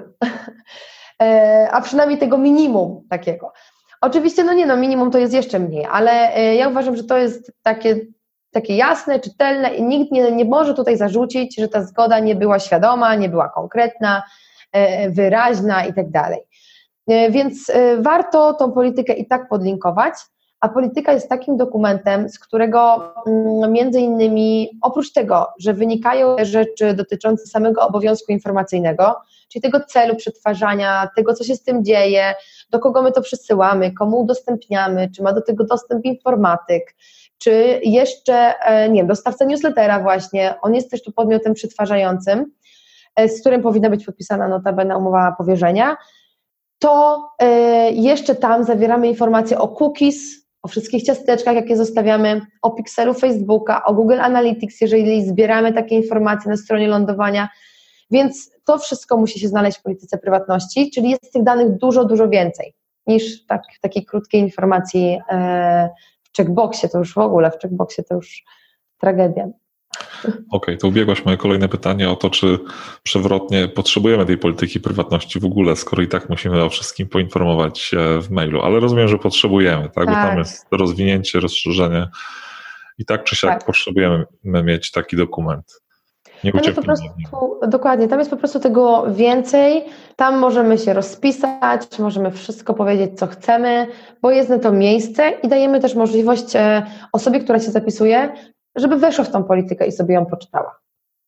a przynajmniej tego minimum takiego. Oczywiście, no nie no, minimum to jest jeszcze mniej, ale ja uważam, że to jest takie, takie jasne, czytelne i nikt nie, nie może tutaj zarzucić, że ta zgoda nie była świadoma, nie była konkretna, wyraźna i tak dalej. Więc warto tą politykę i tak podlinkować, a polityka jest takim dokumentem, z którego między innymi oprócz tego, że wynikają rzeczy dotyczące samego obowiązku informacyjnego, czyli tego celu przetwarzania, tego co się z tym dzieje, do kogo my to przesyłamy, komu udostępniamy, czy ma do tego dostęp informatyk, czy jeszcze, nie wiem, dostawca newslettera właśnie, on jest też tu podmiotem przetwarzającym, z którym powinna być podpisana notabene umowa powierzenia, to jeszcze tam zawieramy informacje o cookies, o wszystkich ciasteczkach, jakie zostawiamy, o pikselu Facebooka, o Google Analytics, jeżeli zbieramy takie informacje na stronie lądowania, więc to wszystko musi się znaleźć w polityce prywatności, czyli jest tych danych dużo, dużo więcej niż tak, w takiej krótkiej informacji w checkboxie, to już w ogóle, w checkboxie to już tragedia. Okej, okay, to ubiegłaś moje kolejne pytanie o to, czy przewrotnie potrzebujemy tej polityki prywatności w ogóle, skoro i tak musimy o wszystkim poinformować w mailu, ale rozumiem, że potrzebujemy, tak? tak. Bo tam jest rozwinięcie, rozszerzenie i tak czy siak tak. Potrzebujemy mieć taki dokument. Nie tam jest po prostu, dokładnie, tam jest po prostu tego więcej, tam możemy się rozpisać, możemy wszystko powiedzieć, co chcemy, bo jest na to miejsce i dajemy też możliwość osobie, która się zapisuje, żeby weszła w tą politykę i sobie ją poczytała.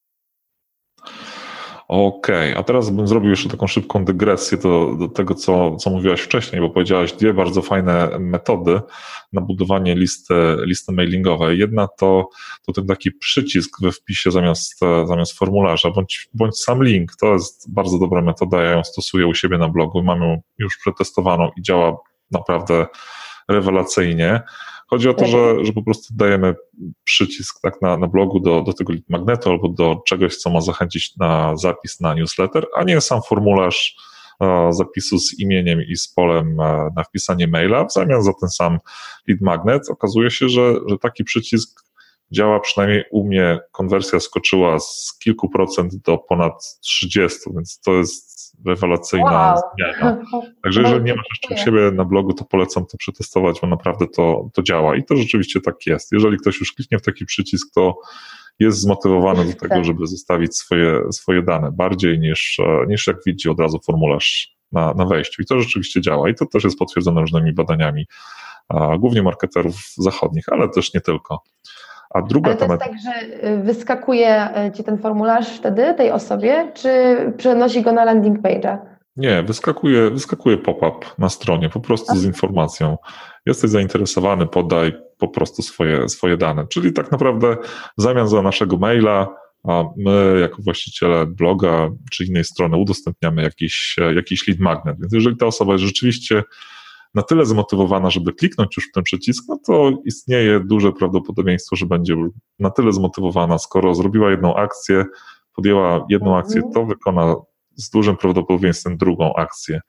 Okej, okay. A teraz bym zrobił jeszcze taką szybką dygresję do, do tego, co, co mówiłaś wcześniej, bo powiedziałaś dwie bardzo fajne metody na budowanie listy, listy mailingowej. Jedna to, to ten taki przycisk we wpisie zamiast, zamiast formularza, bądź, bądź sam link. To jest bardzo dobra metoda, ja ją stosuję u siebie na blogu, mam ją już przetestowaną i działa naprawdę rewelacyjnie. Chodzi o to, że, że po prostu dajemy przycisk tak na, na blogu do, do tego lead magnetu albo do czegoś, co ma zachęcić na zapis na newsletter, a nie sam formularz e, zapisu z imieniem i z polem e, na wpisanie maila. W zamian za ten sam lead magnet okazuje się, że, że taki przycisk działa, przynajmniej u mnie konwersja skoczyła z kilku procent do ponad trzydziestu, więc to jest rewelacyjna wow. zmiana. Także jeżeli nie masz jeszcze u siebie na blogu, to polecam to przetestować, bo naprawdę to, to działa i to rzeczywiście tak jest. Jeżeli ktoś już kliknie w taki przycisk, to jest zmotywowany do tego, żeby zostawić swoje, swoje dane bardziej niż, niż jak widzi od razu formularz na, na wejściu. I to rzeczywiście działa i to też jest potwierdzone różnymi badaniami, a, głównie marketerów zachodnich, ale też nie tylko. A druga Ale to jest tak, że wyskakuje ci ten formularz wtedy tej osobie, czy przenosi go na landing page'a? Nie, wyskakuje, wyskakuje pop-up na stronie, po prostu z informacją. Jesteś zainteresowany, podaj po prostu swoje, swoje dane. Czyli tak naprawdę w zamian za naszego maila, a my jako właściciele bloga czy innej strony udostępniamy jakiś, jakiś lead magnet. Więc jeżeli ta osoba jest rzeczywiście na tyle zmotywowana, żeby kliknąć już w ten przycisk, no to istnieje duże prawdopodobieństwo, że będzie na tyle zmotywowana, skoro zrobiła jedną akcję, podjęła jedną akcję, to wykona z dużym prawdopodobieństwem drugą akcję.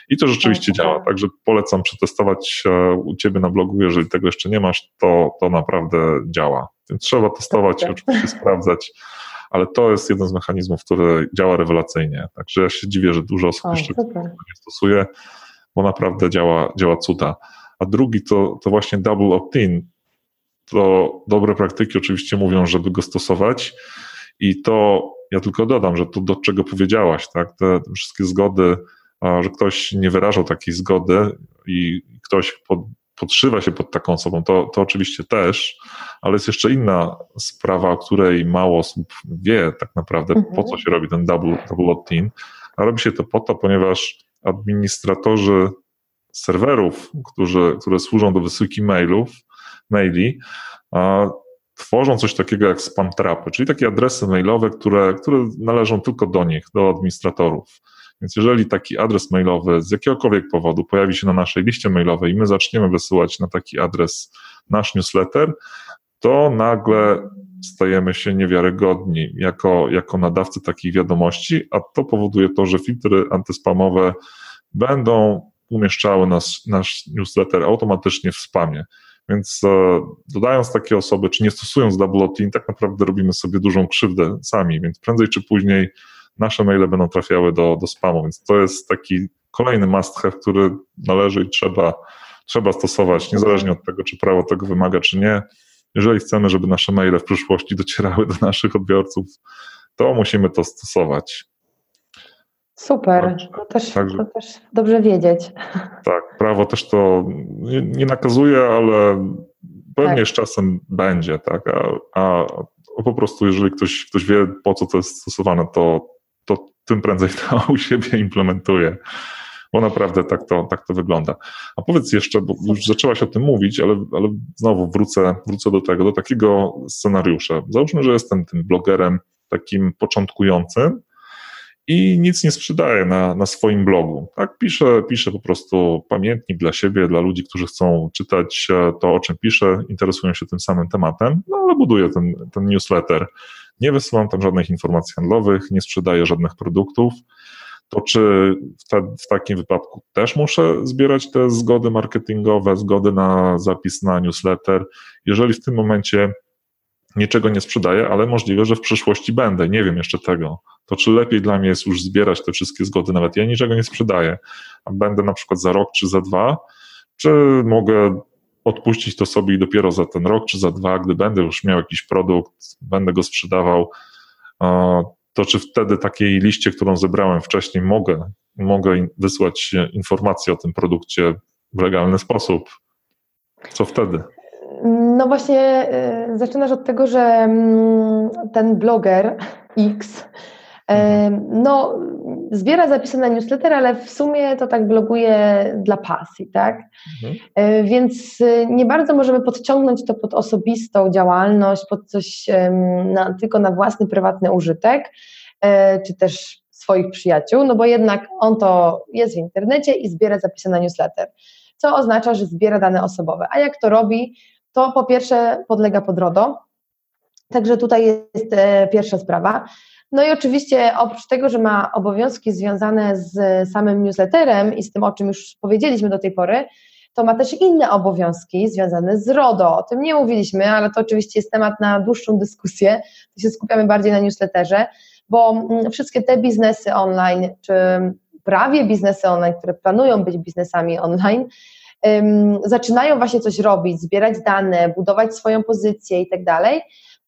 I to rzeczywiście tak, działa, tak. także polecam przetestować u Ciebie na blogu, jeżeli tego jeszcze nie masz, to, to naprawdę działa. Więc trzeba testować i oczywiście sprawdzać, ale to jest jeden z mechanizmów, który działa rewelacyjnie. Także ja się dziwię, że dużo osób O, jeszcze super. nie stosuje, bo naprawdę działa, działa cuda. A drugi to, to właśnie double opt-in. To dobre praktyki oczywiście mówią, żeby go stosować i to ja tylko dodam, że to do czego powiedziałaś, tak? Te wszystkie zgody, że ktoś nie wyrażał takiej zgody i ktoś pod, podszywa się pod taką osobą, to, to oczywiście też, ale jest jeszcze inna sprawa, o której mało osób wie tak naprawdę, mhm. po co się robi ten double, double opt-in, a robi się to po to, ponieważ administratorzy serwerów, którzy, które służą do wysyłki mailów, maili, a tworzą coś takiego jak spam trapy, czyli takie adresy mailowe, które, które należą tylko do nich, do administratorów. Więc jeżeli taki adres mailowy z jakiegokolwiek powodu pojawi się na naszej liście mailowej i my zaczniemy wysyłać na taki adres nasz newsletter, to nagle stajemy się niewiarygodni jako, jako nadawcy takich wiadomości, a to powoduje to, że filtry antyspamowe będą umieszczały nas, nasz newsletter automatycznie w spamie. Więc e, dodając takie osoby, czy nie stosując double opt-in, tak naprawdę robimy sobie dużą krzywdę sami, więc prędzej czy później nasze maile będą trafiały do, do spamu, więc to jest taki kolejny must have, który należy i trzeba, trzeba stosować, niezależnie od tego, czy prawo tego wymaga, czy nie. Jeżeli chcemy, żeby nasze maile w przyszłości docierały do naszych odbiorców, to musimy to stosować. Super, Także, to, też, także, to też dobrze wiedzieć. Tak, prawo też to nie, nie nakazuje, ale pewnie tak. z czasem będzie, tak, a, a po prostu jeżeli ktoś, ktoś wie, po co to jest stosowane, to, to tym prędzej to u siebie implementuje, bo naprawdę tak to, tak to wygląda. A powiedz jeszcze, bo już zaczęłaś o tym mówić, ale, ale znowu wrócę, wrócę do tego, do takiego scenariusza. Załóżmy, że jestem tym blogerem takim początkującym, i nic nie sprzedaję na, na swoim blogu. Tak, piszę, piszę po prostu pamiętnik dla siebie, dla ludzi, którzy chcą czytać to, o czym piszę, interesują się tym samym tematem, no ale buduję ten, ten newsletter. Nie wysyłam tam żadnych informacji handlowych, nie sprzedaję żadnych produktów. To czy w, te, w takim wypadku też muszę zbierać te zgody marketingowe, zgody na zapis na newsletter? Jeżeli w tym momencie niczego nie sprzedaję, ale możliwe, że w przyszłości będę, nie wiem jeszcze tego, to czy lepiej dla mnie jest już zbierać te wszystkie zgody, nawet ja niczego nie sprzedaję, a będę na przykład za rok czy za dwa, czy mogę odpuścić to sobie i dopiero za ten rok czy za dwa, gdy będę już miał jakiś produkt, będę go sprzedawał, to czy wtedy takiej liście, którą zebrałem wcześniej, mogę, mogę wysłać informacje o tym produkcie w legalny sposób? Co wtedy? No właśnie y, zaczynasz od tego, że y, ten bloger X y, no, zbiera zapisy na newsletter, ale w sumie to tak bloguje dla pasji, tak? Mhm. Y, więc y, nie bardzo możemy podciągnąć to pod osobistą działalność, pod coś y, na, tylko na własny, prywatny użytek, y, czy też swoich przyjaciół, no bo jednak on to jest w internecie i zbiera zapisy na newsletter, co oznacza, że zbiera dane osobowe. A jak to robi? To po pierwsze podlega pod RODO, także tutaj jest e, pierwsza sprawa. No i oczywiście oprócz tego, że ma obowiązki związane z samym newsletterem i z tym, o czym już powiedzieliśmy do tej pory, to ma też inne obowiązki związane z RODO. O tym nie mówiliśmy, ale to oczywiście jest temat na dłuższą dyskusję, to się skupiamy bardziej na newsletterze, bo wszystkie te biznesy online, czy prawie biznesy online, które planują być biznesami online, Um, zaczynają właśnie coś robić, zbierać dane, budować swoją pozycję i tak dalej,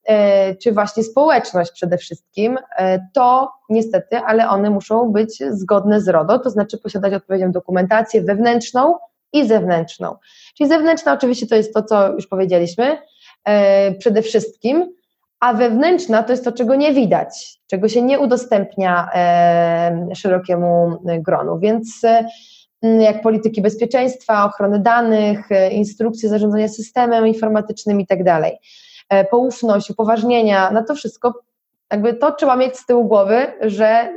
czy właśnie społeczność przede wszystkim, e, to niestety, ale one muszą być zgodne z RODO, to znaczy posiadać odpowiednią dokumentację wewnętrzną i zewnętrzną. Czyli zewnętrzna oczywiście to jest to, co już powiedzieliśmy, e, przede wszystkim, a wewnętrzna to jest to, czego nie widać, czego się nie udostępnia e, szerokiemu gronu, więc e, jak polityki bezpieczeństwa, ochrony danych, instrukcje zarządzania systemem informatycznym i tak dalej. Poufność, upoważnienia, na to wszystko jakby to trzeba mieć z tyłu głowy, że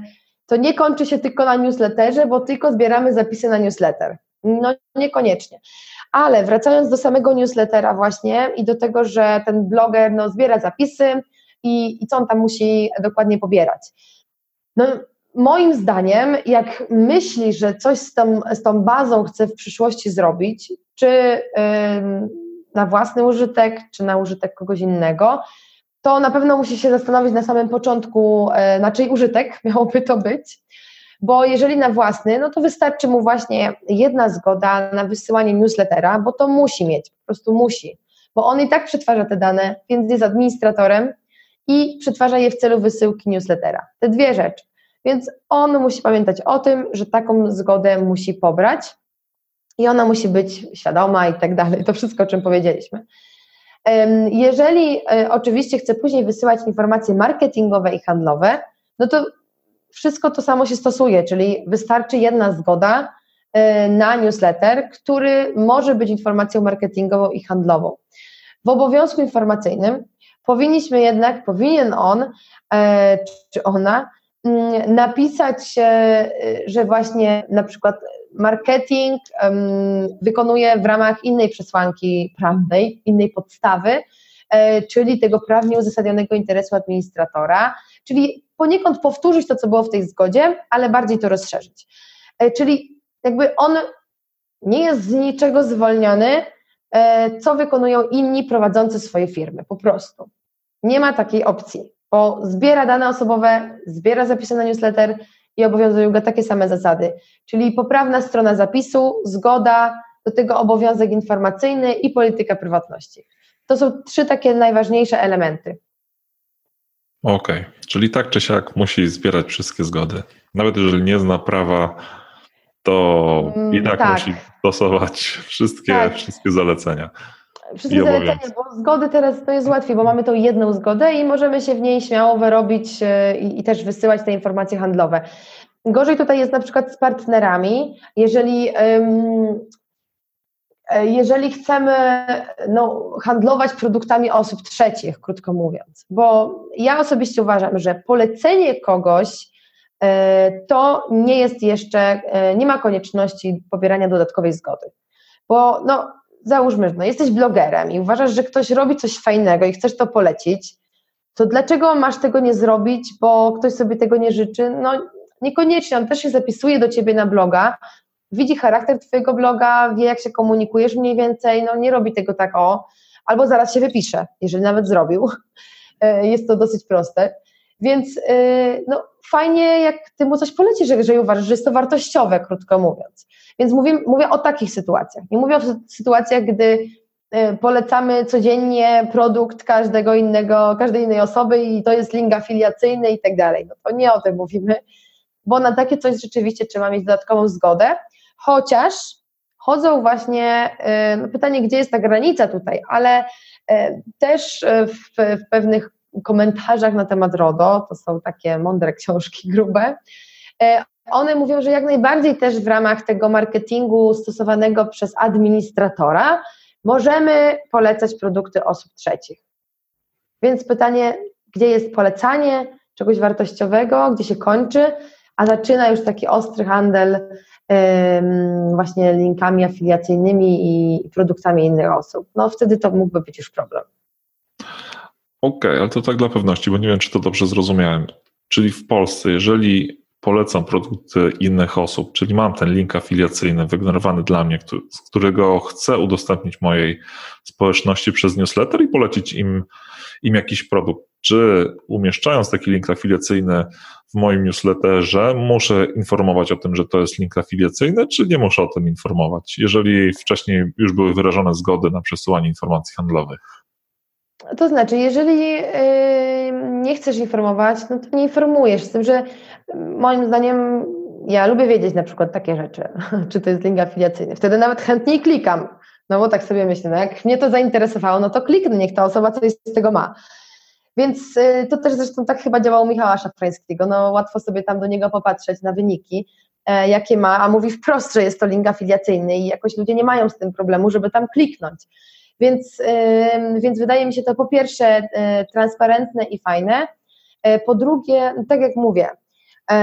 to nie kończy się tylko na newsletterze, bo tylko zbieramy zapisy na newsletter. No niekoniecznie. Ale wracając do samego newslettera właśnie i do tego, że ten bloger no, zbiera zapisy i, i co on tam musi dokładnie pobierać. No moim zdaniem, jak myśli, że coś z tą, z tą bazą chce w przyszłości zrobić, czy yy, na własny użytek, czy na użytek kogoś innego, to na pewno musi się zastanowić na samym początku, yy, na czyj użytek miałoby to być, bo jeżeli na własny, no to wystarczy mu właśnie jedna zgoda na wysyłanie newslettera, bo to musi mieć, po prostu musi, bo on i tak przetwarza te dane, więc jest administratorem i przetwarza je w celu wysyłki newslettera. Te dwie rzeczy. Więc on musi pamiętać o tym, że taką zgodę musi pobrać i ona musi być świadoma i tak dalej. To wszystko, o czym powiedzieliśmy. Jeżeli oczywiście chce później wysyłać informacje marketingowe i handlowe, no to wszystko to samo się stosuje, czyli wystarczy jedna zgoda na newsletter, który może być informacją marketingową i handlową. W obowiązku informacyjnym powinniśmy jednak, powinien on czy ona napisać, że właśnie na przykład marketing wykonuje w ramach innej przesłanki prawnej, innej podstawy, czyli tego prawnie uzasadnionego interesu administratora, czyli poniekąd powtórzyć to, co było w tej zgodzie, ale bardziej to rozszerzyć. Czyli jakby on nie jest z niczego zwolniony, co wykonują inni prowadzący swoje firmy, po prostu. Nie ma takiej opcji, bo zbiera dane osobowe, zbiera zapisy na newsletter i obowiązują go takie same zasady, czyli poprawna strona zapisu, zgoda, do tego obowiązek informacyjny i polityka prywatności. To są trzy takie najważniejsze elementy. Okej, okay. Czyli tak czy siak musi zbierać wszystkie zgody. Nawet jeżeli nie zna prawa, to mm, i tak, tak musi stosować wszystkie, tak. wszystkie zalecenia. Wszystkie zalecenia, bo zgody teraz to jest łatwiej, bo mamy tą jedną zgodę i możemy się w niej śmiało wyrobić i, i też wysyłać te informacje handlowe. Gorzej tutaj jest na przykład z partnerami, jeżeli, um, jeżeli chcemy no, handlować produktami osób trzecich, krótko mówiąc, bo ja osobiście uważam, że polecenie kogoś to nie jest jeszcze, nie ma konieczności pobierania dodatkowej zgody, bo no załóżmy, no jesteś blogerem i uważasz, że ktoś robi coś fajnego i chcesz to polecić, to dlaczego masz tego nie zrobić, bo ktoś sobie tego nie życzy? No niekoniecznie, on też się zapisuje do ciebie na bloga, widzi charakter twojego bloga, wie jak się komunikujesz mniej więcej, no nie robi tego tak o, albo zaraz się wypisze, jeżeli nawet zrobił, jest to dosyć proste, więc no fajnie jak ty mu coś polecisz, jeżeli uważasz, że jest to wartościowe, krótko mówiąc. Więc mówię, mówię o takich sytuacjach. Nie mówię o sytuacjach, gdy polecamy codziennie produkt każdego innego, każdej innej osoby i to jest link afiliacyjny i tak dalej. No to nie o tym mówimy, bo na takie coś rzeczywiście trzeba mieć dodatkową zgodę, chociaż chodzą właśnie, no pytanie, gdzie jest ta granica tutaj, ale też w, w pewnych komentarzach na temat RODO, to są takie mądre książki grube, one mówią, że jak najbardziej też w ramach tego marketingu stosowanego przez administratora możemy polecać produkty osób trzecich. Więc pytanie, gdzie jest polecanie czegoś wartościowego, gdzie się kończy, a zaczyna już taki ostry handel ym, właśnie linkami afiliacyjnymi i produktami innych osób. No wtedy to mógłby być już problem. Okej, okay, ale to tak dla pewności, bo nie wiem, czy to dobrze zrozumiałem. Czyli w Polsce, jeżeli polecam produkty innych osób, czyli mam ten link afiliacyjny wygenerowany dla mnie, z którego chcę udostępnić mojej społeczności przez newsletter i polecić im, im jakiś produkt. Czy umieszczając taki link afiliacyjny w moim newsletterze muszę informować o tym, że to jest link afiliacyjny, czy nie muszę o tym informować, jeżeli wcześniej już były wyrażone zgody na przesyłanie informacji handlowych? To znaczy, jeżeli yy, nie chcesz informować, no to nie informujesz, z tym, że moim zdaniem ja lubię wiedzieć na przykład takie rzeczy, czy to jest link afiliacyjny, wtedy nawet chętniej klikam, no bo tak sobie myślę, no jak mnie to zainteresowało, no to kliknę, niech ta osoba coś z tego ma. Więc yy, to też zresztą tak chyba działało u Michała Szafrańskiego, no łatwo sobie tam do niego popatrzeć na wyniki, e, jakie ma, a mówi wprost, że jest to link afiliacyjny i jakoś ludzie nie mają z tym problemu, żeby tam kliknąć. Więc, yy, więc wydaje mi się to po pierwsze yy, transparentne i fajne, yy, po drugie, tak jak mówię, yy,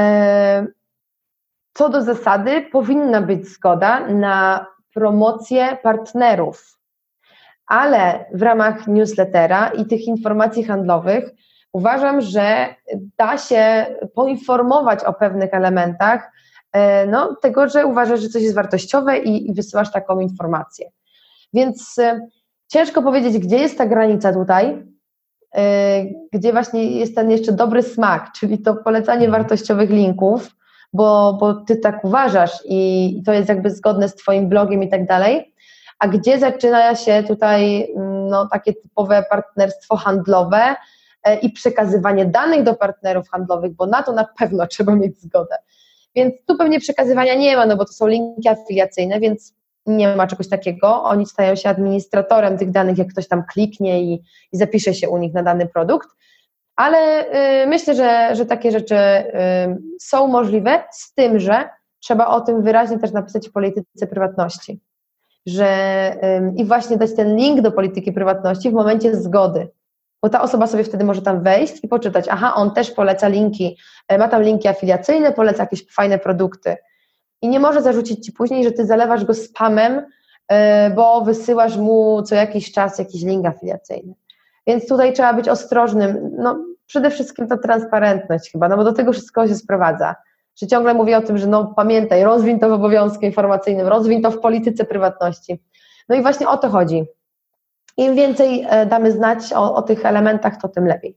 co do zasady powinna być zgoda na promocję partnerów, ale w ramach newslettera i tych informacji handlowych Uważam, że da się poinformować o pewnych elementach, no, tego, że uważasz, że coś jest wartościowe i, i wysyłasz taką informację. Więc y, ciężko powiedzieć, gdzie jest ta granica tutaj, y, gdzie właśnie jest ten jeszcze dobry smak, czyli to polecanie wartościowych linków, bo, bo ty tak uważasz i, i to jest jakby zgodne z twoim blogiem i tak dalej, a gdzie zaczyna się tutaj no, takie typowe partnerstwo handlowe y, i przekazywanie danych do partnerów handlowych, bo na to na pewno trzeba mieć zgodę. Więc tu pewnie przekazywania nie ma, no bo to są linki afiliacyjne, więc nie ma czegoś takiego. Oni stają się administratorem tych danych, jak ktoś tam kliknie i, i zapisze się u nich na dany produkt, ale y, myślę, że, że takie rzeczy y, są możliwe, z tym, że trzeba o tym wyraźnie też napisać w polityce prywatności, że y, i właśnie dać ten link do polityki prywatności w momencie zgody, bo ta osoba sobie wtedy może tam wejść i poczytać, aha, on też poleca linki, ma tam linki afiliacyjne, poleca jakieś fajne produkty i nie może zarzucić ci później, że ty zalewasz go spamem, bo wysyłasz mu co jakiś czas jakiś link afiliacyjny. Więc tutaj trzeba być ostrożnym, no przede wszystkim ta transparentność chyba, no bo do tego wszystko się sprowadza, że ciągle mówię o tym, że no pamiętaj, rozwiń to w obowiązku informacyjnym, rozwiń to w polityce prywatności. No i właśnie o to chodzi. Im więcej damy znać o, o tych elementach, to tym lepiej.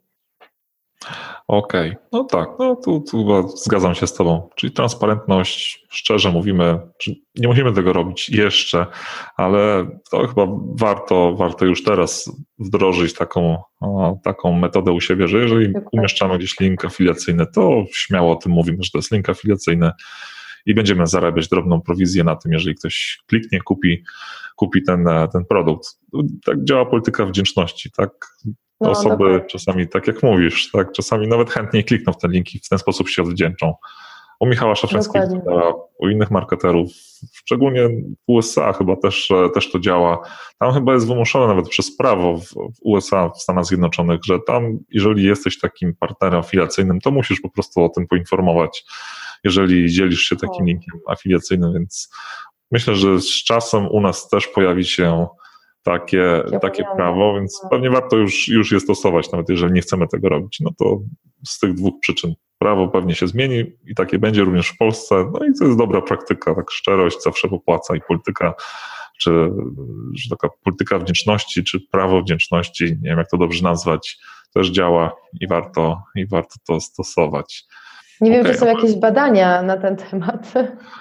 Okej, okay. No tak, no tu, tu chyba zgadzam się z tobą, czyli transparentność, szczerze mówimy, nie musimy tego robić jeszcze, ale to chyba warto, warto już teraz wdrożyć taką, o, taką metodę u siebie, że jeżeli umieszczamy gdzieś link afiliacyjny, to śmiało o tym mówimy, że to jest link afiliacyjny i będziemy zarabiać drobną prowizję na tym, jeżeli ktoś kliknie, kupi, kupi ten, ten produkt. Tak działa polityka wdzięczności, tak? No, Osoby dokładnie. czasami, tak jak mówisz, tak, czasami nawet chętniej klikną w ten link i w ten sposób się odwdzięczą. U Michała Szafrańskiego to działa, u innych marketerów, szczególnie w U S A chyba też, też to działa. Tam chyba jest wymuszone nawet przez prawo w, w U S A, w Stanach Zjednoczonych, że tam, jeżeli jesteś takim partnerem afiliacyjnym, to musisz po prostu o tym poinformować, jeżeli dzielisz się takim linkiem afiliacyjnym, więc myślę, że z czasem u nas też pojawi się takie, takie prawo, więc pewnie warto już, już je stosować, nawet jeżeli nie chcemy tego robić. No to z tych dwóch przyczyn prawo pewnie się zmieni i takie będzie również w Polsce. No i to jest dobra praktyka, tak szczerość zawsze popłaca i polityka, czy że taka polityka wdzięczności, czy prawo wdzięczności, nie wiem jak to dobrze nazwać, też działa i warto, i warto to stosować. Nie wiem, okay, czy są jakieś badania na ten temat.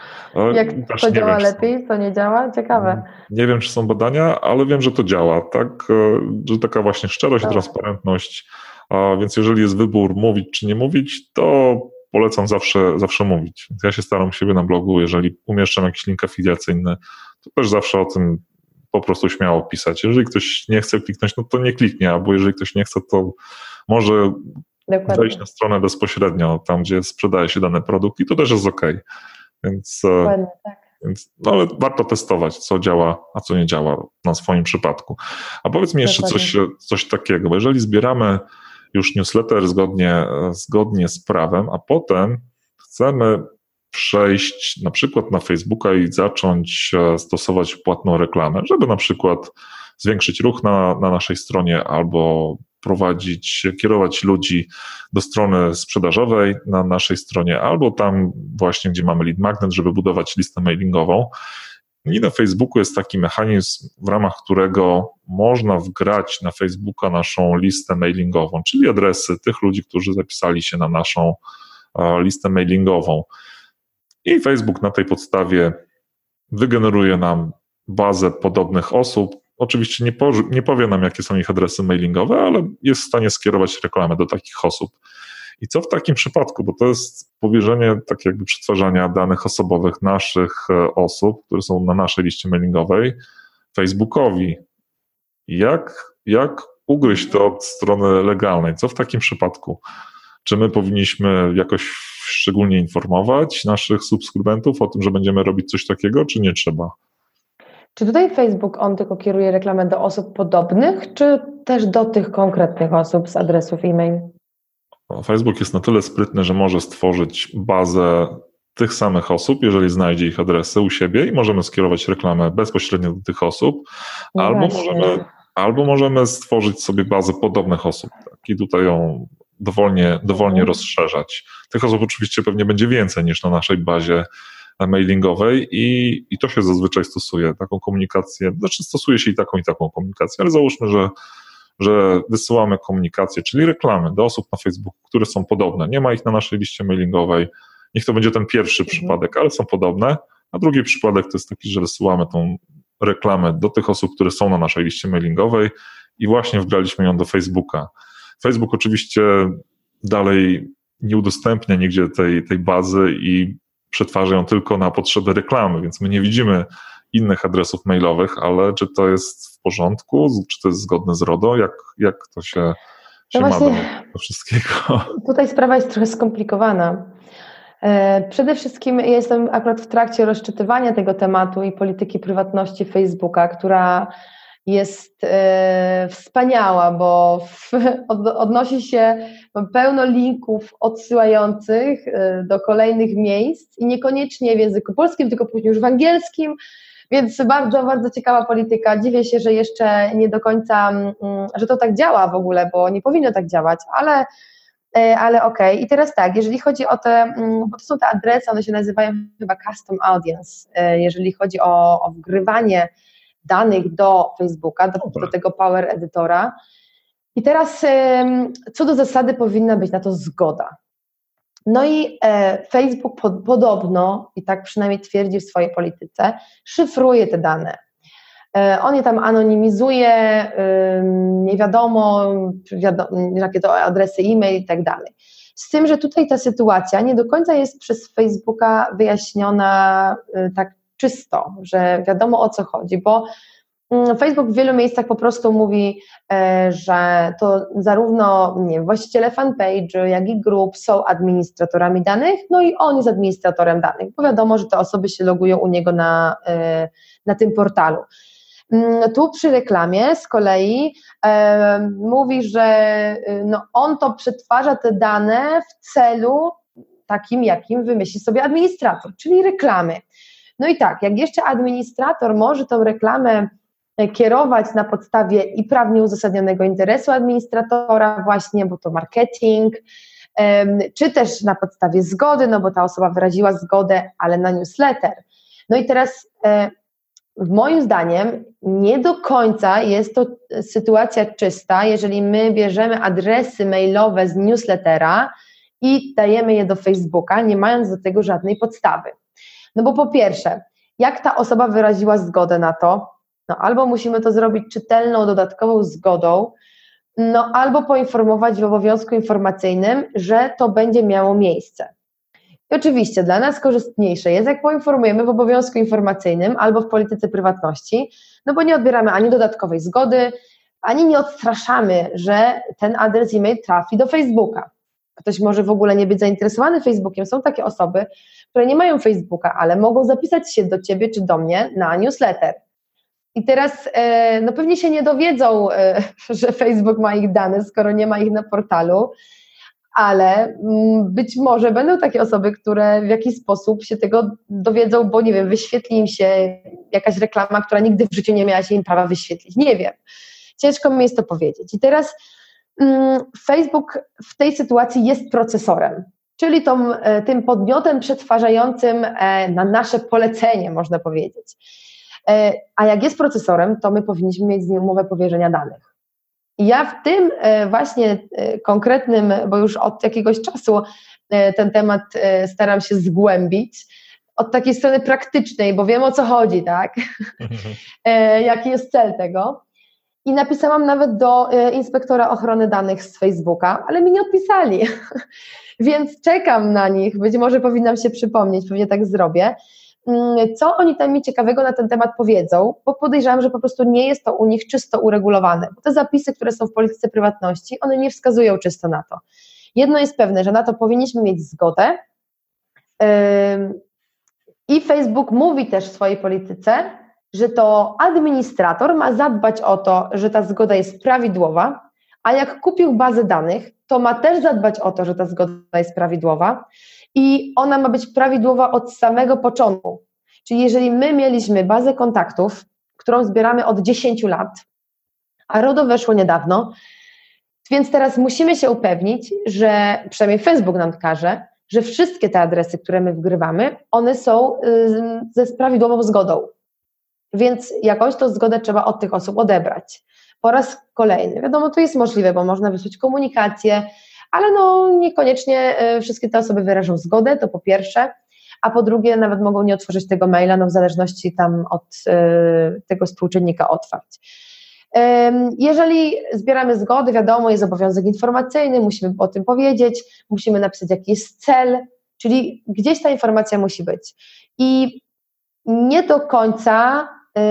Jak to działa wiem, lepiej, to nie działa? Ciekawe. Nie wiem, czy są badania, ale wiem, że to działa, tak? Że taka właśnie szczerość i transparentność, a więc jeżeli jest wybór mówić czy nie mówić, to polecam zawsze, zawsze mówić. Więc ja się staram u siebie na blogu, jeżeli umieszczam jakiś link afiliacyjny, to też zawsze o tym po prostu śmiało pisać. Jeżeli ktoś nie chce kliknąć, no to nie kliknie, albo jeżeli ktoś nie chce, to może Dokładnie. wejść na stronę bezpośrednio, tam gdzie sprzedaje się dany produkt i to też jest okej. Okay. Więc, tak. więc no ale warto testować, co działa, a co nie działa na swoim przypadku. A powiedz mi jeszcze coś, coś takiego, bo jeżeli zbieramy już newsletter zgodnie, zgodnie z prawem, a potem chcemy przejść na przykład na Facebooka i zacząć stosować płatną reklamę, żeby na przykład zwiększyć ruch na, na naszej stronie albo prowadzić, kierować ludzi do strony sprzedażowej na naszej stronie, albo tam właśnie, gdzie mamy lead magnet, żeby budować listę mailingową. I na Facebooku jest taki mechanizm, w ramach którego można wgrać na Facebooka naszą listę mailingową, czyli adresy tych ludzi, którzy zapisali się na naszą listę mailingową. I Facebook na tej podstawie wygeneruje nam bazę podobnych osób. Oczywiście nie, po, nie powie nam, jakie są ich adresy mailingowe, ale jest w stanie skierować reklamę do takich osób. I co w takim przypadku, bo to jest powierzenie tak jakby przetwarzania danych osobowych naszych osób, które są na naszej liście mailingowej, Facebookowi. Jak, jak ugryźć to od strony legalnej? Co w takim przypadku? Czy my powinniśmy jakoś szczególnie informować naszych subskrybentów o tym, że będziemy robić coś takiego, czy nie trzeba? Czy tutaj Facebook, on tylko kieruje reklamę do osób podobnych, czy też do tych konkretnych osób z adresów e-mail? Facebook jest na tyle sprytny, że może stworzyć bazę tych samych osób, jeżeli znajdzie ich adresy u siebie i możemy skierować reklamę bezpośrednio do tych osób, no albo możemy, albo możemy stworzyć sobie bazę podobnych osób. Tak? I tutaj ją dowolnie, dowolnie mhm. rozszerzać. Tych osób oczywiście pewnie będzie więcej niż na naszej bazie mailingowej i, i to się zazwyczaj stosuje, taką komunikację, znaczy stosuje się i taką i taką komunikację, ale załóżmy, że, że wysyłamy komunikację, czyli reklamy do osób na Facebooku, które są podobne, nie ma ich na naszej liście mailingowej, niech to będzie ten pierwszy mhm. przypadek, ale są podobne, a drugi przypadek to jest taki, że wysyłamy tą reklamę do tych osób, które są na naszej liście mailingowej i właśnie wgraliśmy ją do Facebooka. Facebook oczywiście dalej nie udostępnia nigdzie tej, tej bazy i przetwarza ją tylko na potrzeby reklamy, więc my nie widzimy innych adresów mailowych, ale czy to jest w porządku, czy to jest zgodne z RODO, jak, jak to się, się no ma do, do wszystkiego? Tutaj sprawa jest trochę skomplikowana. Przede wszystkim ja jestem akurat w trakcie rozczytywania tego tematu i polityki prywatności Facebooka, która jest e, wspaniała, bo w, od, odnosi się pełno linków odsyłających e, do kolejnych miejsc i niekoniecznie w języku polskim, tylko później już w angielskim, więc bardzo, bardzo ciekawa polityka. Dziwię się, że jeszcze nie do końca, m, że to tak działa w ogóle, bo nie powinno tak działać, ale ale okej. Okay. I teraz tak, jeżeli chodzi o te, bo to są te adresy, one się nazywają chyba custom audience, jeżeli chodzi o, o wgrywanie danych do Facebooka, do, do tego Power Editora. I teraz co do zasady powinna być na to zgoda. No i Facebook pod, podobno, i tak przynajmniej twierdzi w swojej polityce, szyfruje te dane. On je tam anonimizuje, nie wiadomo, jakie to adresy e-mail i tak dalej. Z tym, że tutaj ta sytuacja nie do końca jest przez Facebooka wyjaśniona tak czysto, że wiadomo o co chodzi, bo Facebook w wielu miejscach po prostu mówi, że to zarówno nie wiem, właściciele fanpage'u, jak i grup są administratorami danych, no i on jest administratorem danych, bo wiadomo, że te osoby się logują u niego na, na tym portalu. Tu przy reklamie z kolei e, mówi, że no on to przetwarza te dane w celu takim, jakim wymyśli sobie administrator, czyli reklamy. No i tak, jak jeszcze administrator może tą reklamę kierować na podstawie i prawnie uzasadnionego interesu administratora właśnie, bo to marketing, e, czy też na podstawie zgody, no bo ta osoba wyraziła zgodę, ale na newsletter. No i teraz e, moim zdaniem nie do końca jest to sytuacja czysta, jeżeli my bierzemy adresy mailowe z newslettera i dajemy je do Facebooka, nie mając do tego żadnej podstawy. No bo po pierwsze, jak ta osoba wyraziła zgodę na to, no albo musimy to zrobić czytelną, dodatkową zgodą, no albo poinformować w obowiązku informacyjnym, że to będzie miało miejsce. I oczywiście dla nas korzystniejsze jest, jak poinformujemy w obowiązku informacyjnym albo w polityce prywatności, no bo nie odbieramy ani dodatkowej zgody, ani nie odstraszamy, że ten adres e-mail trafi do Facebooka. Ktoś może w ogóle nie być zainteresowany Facebookiem. Są takie osoby, które nie mają Facebooka, ale mogą zapisać się do Ciebie czy do mnie na newsletter. I teraz no pewnie się nie dowiedzą, że Facebook ma ich dane, skoro nie ma ich na portalu, ale być może będą takie osoby, które w jakiś sposób się tego dowiedzą, bo nie wiem, wyświetli im się jakaś reklama, która nigdy w życiu nie miała się im prawa wyświetlić. Nie wiem. Ciężko mi jest to powiedzieć. I teraz um, Facebook w tej sytuacji jest procesorem, czyli tą, tym podmiotem przetwarzającym na nasze polecenie, można powiedzieć. A jak jest procesorem, to my powinniśmy mieć z nim umowę powierzenia danych. I ja w tym właśnie konkretnym, bo już od jakiegoś czasu ten temat staram się zgłębić, od takiej strony praktycznej, bo wiem o co chodzi, tak? Jaki jest cel tego. I napisałam nawet do inspektora ochrony danych z Facebooka, ale mi nie odpisali, więc czekam na nich, być może powinnam się przypomnieć, pewnie tak zrobię. Co oni tam mi ciekawego na ten temat powiedzą, bo podejrzewam, że po prostu nie jest to u nich czysto uregulowane, bo te zapisy, które są w polityce prywatności, one nie wskazują czysto na to. Jedno jest pewne, że na to powinniśmy mieć zgodę yy, i Facebook mówi też w swojej polityce, że to administrator ma zadbać o to, że ta zgoda jest prawidłowa, a jak kupił bazę danych, to ma też zadbać o to, że ta zgoda jest prawidłowa i ona ma być prawidłowa od samego początku. Czyli jeżeli my mieliśmy bazę kontaktów, którą zbieramy od dziesięciu lat, a RODO weszło niedawno Więc teraz musimy się upewnić, że przynajmniej Facebook nam każe, że wszystkie te adresy, które my wgrywamy, one są ze prawidłową zgodą. Więc jakąś tą zgodę trzeba od tych osób odebrać. Po raz kolejny, wiadomo, to jest możliwe, bo można wysłać komunikację, ale no niekoniecznie wszystkie te osoby wyrażą zgodę, to po pierwsze, a po drugie nawet mogą nie otworzyć tego maila, no w zależności tam od y, tego współczynnika otwarć. Y, jeżeli zbieramy zgody, wiadomo, jest obowiązek informacyjny, musimy o tym powiedzieć, musimy napisać, jaki jest cel, czyli gdzieś ta informacja musi być. I nie do końca y,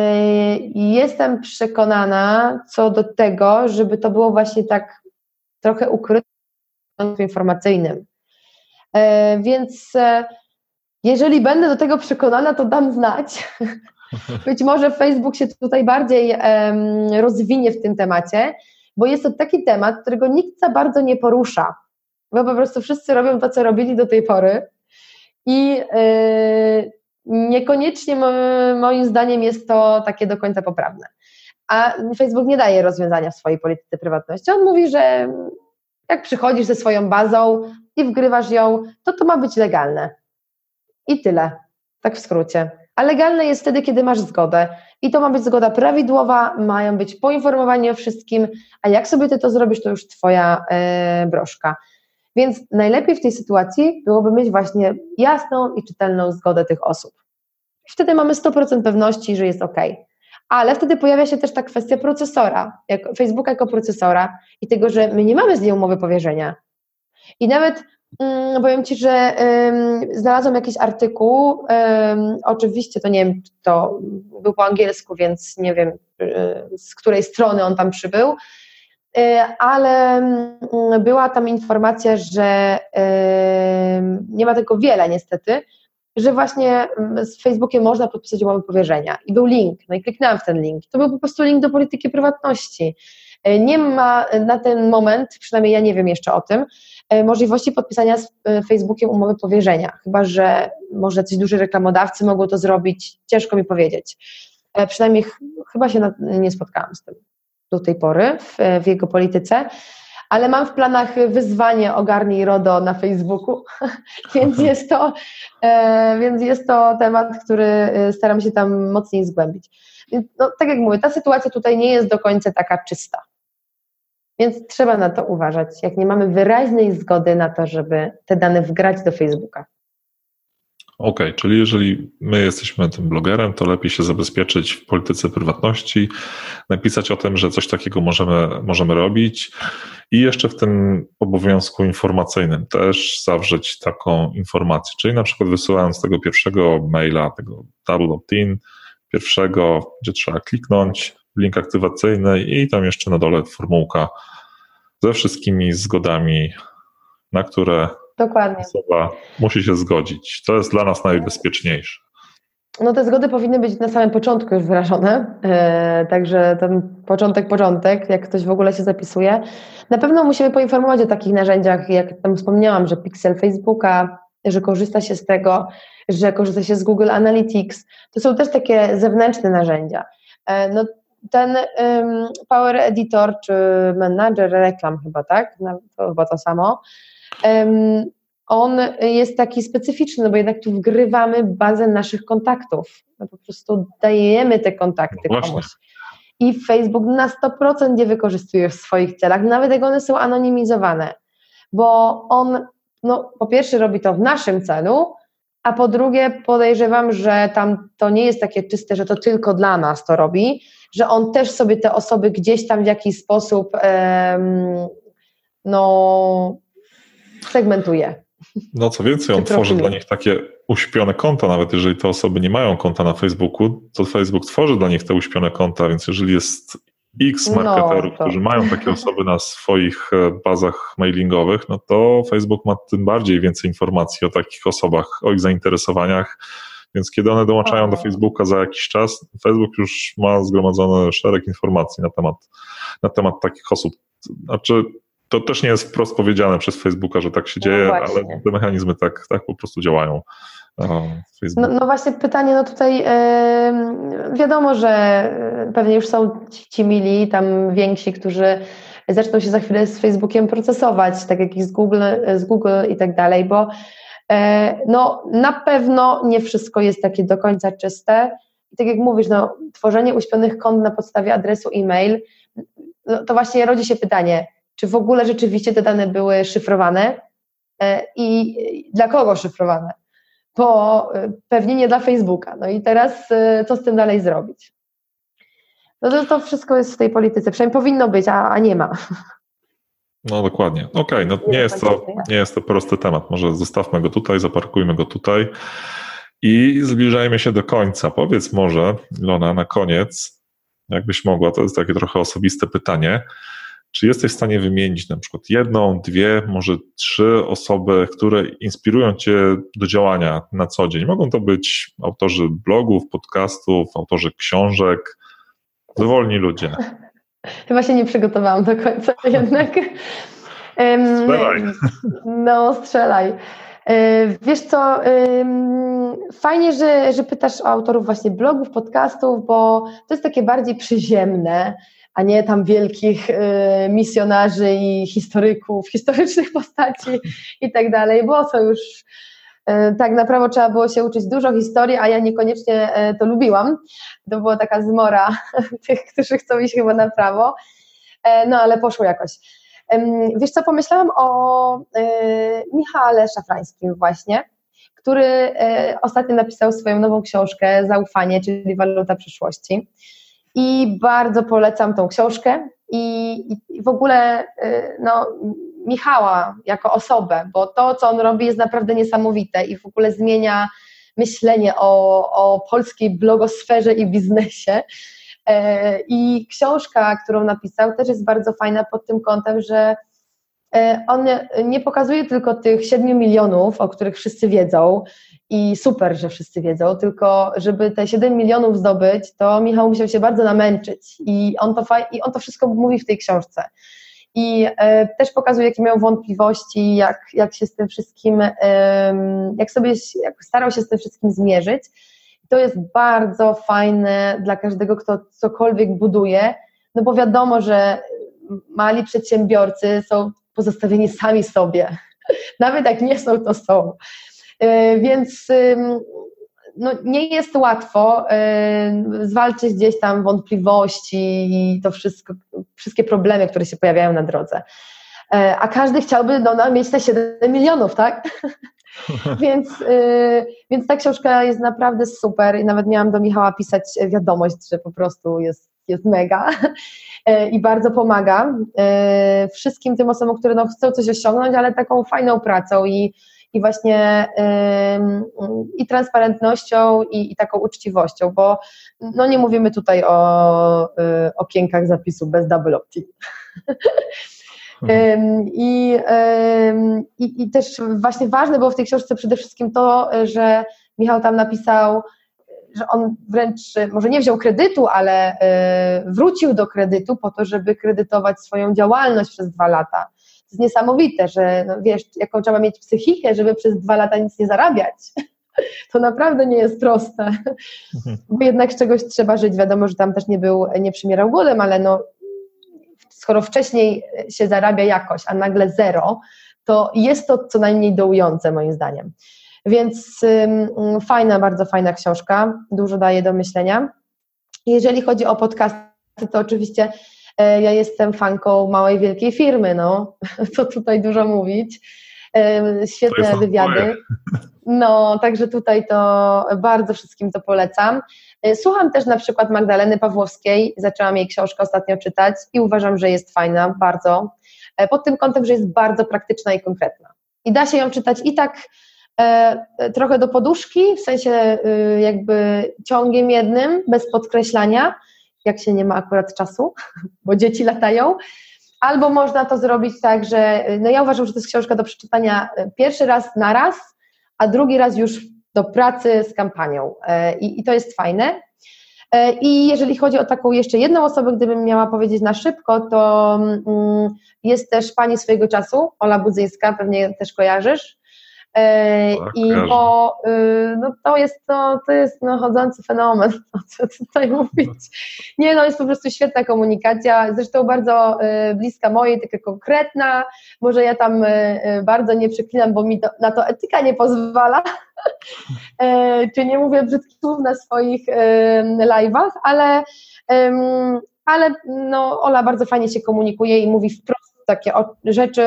jestem przekonana co do tego, żeby to było właśnie tak trochę ukryte w informacyjnym. Y, więc y, jeżeli będę do tego przekonana, to dam znać. Być może Facebook się tutaj bardziej um, rozwinie w tym temacie, bo jest to taki temat, którego nikt za bardzo nie porusza, bo po prostu wszyscy robią to, co robili do tej pory i yy, niekoniecznie mo- moim zdaniem jest to takie do końca poprawne. A Facebook nie daje rozwiązania w swojej polityce prywatności. On mówi, że jak przychodzisz ze swoją bazą i wgrywasz ją, to to ma być legalne. I tyle, tak w skrócie. A legalne jest wtedy, kiedy masz zgodę. I to ma być zgoda prawidłowa, mają być poinformowani o wszystkim, a jak sobie ty to zrobisz, to już twoja e, broszka. Więc najlepiej w tej sytuacji byłoby mieć właśnie jasną i czytelną zgodę tych osób. I wtedy mamy sto procent pewności, że jest ok. Ale wtedy pojawia się też ta kwestia procesora, jak Facebooka jako procesora i tego, że my nie mamy z niej umowy powierzenia. I nawet um, powiem Ci, że um, znalazłam jakiś artykuł, um, oczywiście to nie wiem, to był po angielsku, więc nie wiem, y, z której strony on tam przybył, y, ale y, była tam informacja, że y, nie ma tego wiele niestety, że właśnie z Facebookiem można podpisać umowę powierzenia i był link, no i kliknęłam w ten link, to był po prostu link do polityki prywatności. Nie ma na ten moment, przynajmniej ja nie wiem jeszcze o tym, możliwości podpisania z Facebookiem umowy powierzenia, chyba że może coś duży reklamodawcy mogą to zrobić, ciężko mi powiedzieć. Przynajmniej ch- chyba się na, nie spotkałam z tym do tej pory w, w jego polityce, ale mam w planach wyzwanie Ogarnij RODO na Facebooku, więc jest to, e, więc jest to temat, który staram się tam mocniej zgłębić. Więc no, tak jak mówię, ta sytuacja tutaj nie jest do końca taka czysta. Więc trzeba na to uważać, jak nie mamy wyraźnej zgody na to, żeby te dane wgrać do Facebooka. Okej, okay, czyli jeżeli my jesteśmy tym blogerem, to lepiej się zabezpieczyć w polityce prywatności, napisać o tym, że coś takiego możemy, możemy robić i jeszcze w tym obowiązku informacyjnym też zawrzeć taką informację, czyli na przykład wysyłając tego pierwszego maila, tego double opt-in, pierwszego, gdzie trzeba kliknąć w link aktywacyjny i tam jeszcze na dole formułka ze wszystkimi zgodami, na które Dokładnie. osoba musi się zgodzić. To jest dla nas najbezpieczniejsze. No te zgody powinny być na samym początku już wyrażone, yy, także ten początek, początek, jak ktoś w ogóle się zapisuje. Na pewno musimy poinformować o takich narzędziach, jak tam wspomniałam, że Pixel Facebooka, że korzysta się z tego, że korzysta się z Google Analytics. To są też takie zewnętrzne narzędzia. Yy, no ten um, Power Editor czy Manager reklam chyba, tak? No, to chyba to samo. Um, on jest taki specyficzny, no bo jednak tu wgrywamy bazę naszych kontaktów. No po prostu dajemy te kontakty no komuś. I Facebook na sto procent nie wykorzystuje w swoich celach, nawet jak one są anonimizowane. Bo on, no po pierwsze robi to w naszym celu, a po drugie podejrzewam, że tam to nie jest takie czyste, że to tylko dla nas to robi, że on też sobie te osoby gdzieś tam w jakiś sposób um, no segmentuje. No co więcej, on tworzy dla nich takie uśpione konta, nawet jeżeli te osoby nie mają konta na Facebooku, to Facebook tworzy dla nich te uśpione konta, więc jeżeli jest X marketerów, no, to... którzy mają takie osoby na swoich bazach mailingowych, no to Facebook ma tym bardziej więcej informacji o takich osobach, o ich zainteresowaniach, więc kiedy one dołączają o. do Facebooka za jakiś czas, Facebook już ma zgromadzony szereg informacji na temat, na temat takich osób. Znaczy, to też nie jest wprost powiedziane przez Facebooka, że tak się dzieje, no ale te mechanizmy tak, tak po prostu działają. No, no właśnie pytanie, no tutaj yy, wiadomo, że pewnie już są ci, ci mili, tam więksi, którzy zaczną się za chwilę z Facebookiem procesować, tak jak i z Google, z Google i tak dalej, bo no na pewno nie wszystko jest takie do końca czyste i tak jak mówisz, no tworzenie uśpionych kont na podstawie adresu e-mail, no, to właśnie rodzi się pytanie, czy w ogóle rzeczywiście te dane były szyfrowane i dla kogo szyfrowane? Bo pewnie nie dla Facebooka. No i teraz co z tym dalej zrobić? No to, to wszystko jest w tej polityce, przynajmniej powinno być, a, a nie ma. No dokładnie. Okej, okay, no nie jest, to, nie jest to prosty temat. Może zostawmy go tutaj, zaparkujmy go tutaj i zbliżajmy się do końca. Powiedz może, Ilona, na koniec, jakbyś mogła, to jest takie trochę osobiste pytanie, czy jesteś w stanie wymienić na przykład jedną, dwie, może trzy osoby, które inspirują cię do działania na co dzień? Mogą to być autorzy blogów, podcastów, autorzy książek, dowolni ludzie. Chyba się nie przygotowałam do końca jednak. Strzelaj. No, strzelaj. Wiesz co, fajnie, że, że pytasz o autorów właśnie blogów, podcastów, bo to jest takie bardziej przyziemne, a nie tam wielkich misjonarzy i historyków, historycznych postaci i tak dalej, bo to już tak na prawo trzeba było się uczyć dużo historii, a ja niekoniecznie to lubiłam. To była taka zmora tych, którzy chcą iść chyba na prawo, no ale poszło jakoś. Wiesz co, pomyślałam o Michale Szafrańskim właśnie, który ostatnio napisał swoją nową książkę Zaufanie, czyli Waluta przyszłości. I bardzo polecam tą książkę i, i w ogóle no, Michała jako osobę, bo to, co on robi, jest naprawdę niesamowite i w ogóle zmienia myślenie o, o polskiej blogosferze i biznesie. I książka, którą napisał, też jest bardzo fajna pod tym kątem, że on nie pokazuje tylko tych siedmiu milionów, o których wszyscy wiedzą i super, że wszyscy wiedzą, tylko żeby te siedem milionów zdobyć, to Michał musiał się bardzo namęczyć i on to, faj- i on to wszystko mówi w tej książce. I e, też pokazuje, jakie miał wątpliwości, jak, jak się z tym wszystkim, e, jak sobie jak starał się z tym wszystkim zmierzyć. To jest bardzo fajne dla każdego, kto cokolwiek buduje, no bo wiadomo, że mali przedsiębiorcy są pozostawieni sami sobie. Nawet jak nie są, to są. Więc no, nie jest łatwo zwalczyć gdzieś tam wątpliwości i to wszystko, wszystkie problemy, które się pojawiają na drodze. A każdy chciałby no, mieć te siedem milionów, tak? więc, więc ta książka jest naprawdę super i nawet miałam do Michała pisać wiadomość, że po prostu jest, jest mega i bardzo pomaga wszystkim tym osobom, które no, chcą coś osiągnąć, ale taką fajną pracą i i właśnie i transparentnością i, i taką uczciwością, bo no nie mówimy tutaj o y, okienkach zapisu bez double opt-in. Mhm. I, i, I też właśnie ważne było w tej książce przede wszystkim to, że Michał tam napisał, że on wręcz może nie wziął kredytu, ale y, wrócił do kredytu po to, żeby kredytować swoją działalność przez dwa lata. To jest niesamowite, że no wiesz, jaką trzeba mieć psychikę, żeby przez dwa lata nic nie zarabiać. To naprawdę nie jest proste, mhm. bo jednak z czegoś trzeba żyć. Wiadomo, że tam też nie był, nie przymierał głodem, ale no, skoro wcześniej się zarabia jakoś, a nagle zero, to jest to co najmniej dołujące moim zdaniem. Więc ym, fajna, bardzo fajna książka, dużo daje do myślenia. Jeżeli chodzi o podcasty, to oczywiście ja jestem fanką małej, wielkiej firmy, no, co tutaj dużo mówić, świetne wywiady, no, także tutaj to bardzo wszystkim to polecam. Słucham też na przykład Magdaleny Pawłowskiej, zaczęłam jej książkę ostatnio czytać i uważam, że jest fajna, bardzo, pod tym kątem, że jest bardzo praktyczna i konkretna i da się ją czytać i tak e, trochę do poduszki, w sensie e, jakby ciągiem jednym, bez podkreślania, jak się nie ma akurat czasu, bo dzieci latają, albo można to zrobić tak, że no ja uważam, że to jest książka do przeczytania pierwszy raz na raz, a drugi raz już do pracy z kampanią i, i to jest fajne. I jeżeli chodzi o taką jeszcze jedną osobę, gdybym miała powiedzieć na szybko, to jest też pani swojego czasu, Ola Budzyńska, pewnie też kojarzysz. Tak, I kojarzę. bo no, to jest, to, to jest no, chodzący fenomen, co tutaj mówić. Nie no, jest po prostu świetna komunikacja, zresztą bardzo bliska mojej, taka konkretna, może ja tam bardzo nie przeklinam, bo mi to, na to etyka nie pozwala, czy nie mówię brzydkich słów na swoich live'ach, ale, ale no, Ola bardzo fajnie się komunikuje i mówi wprost takie rzeczy,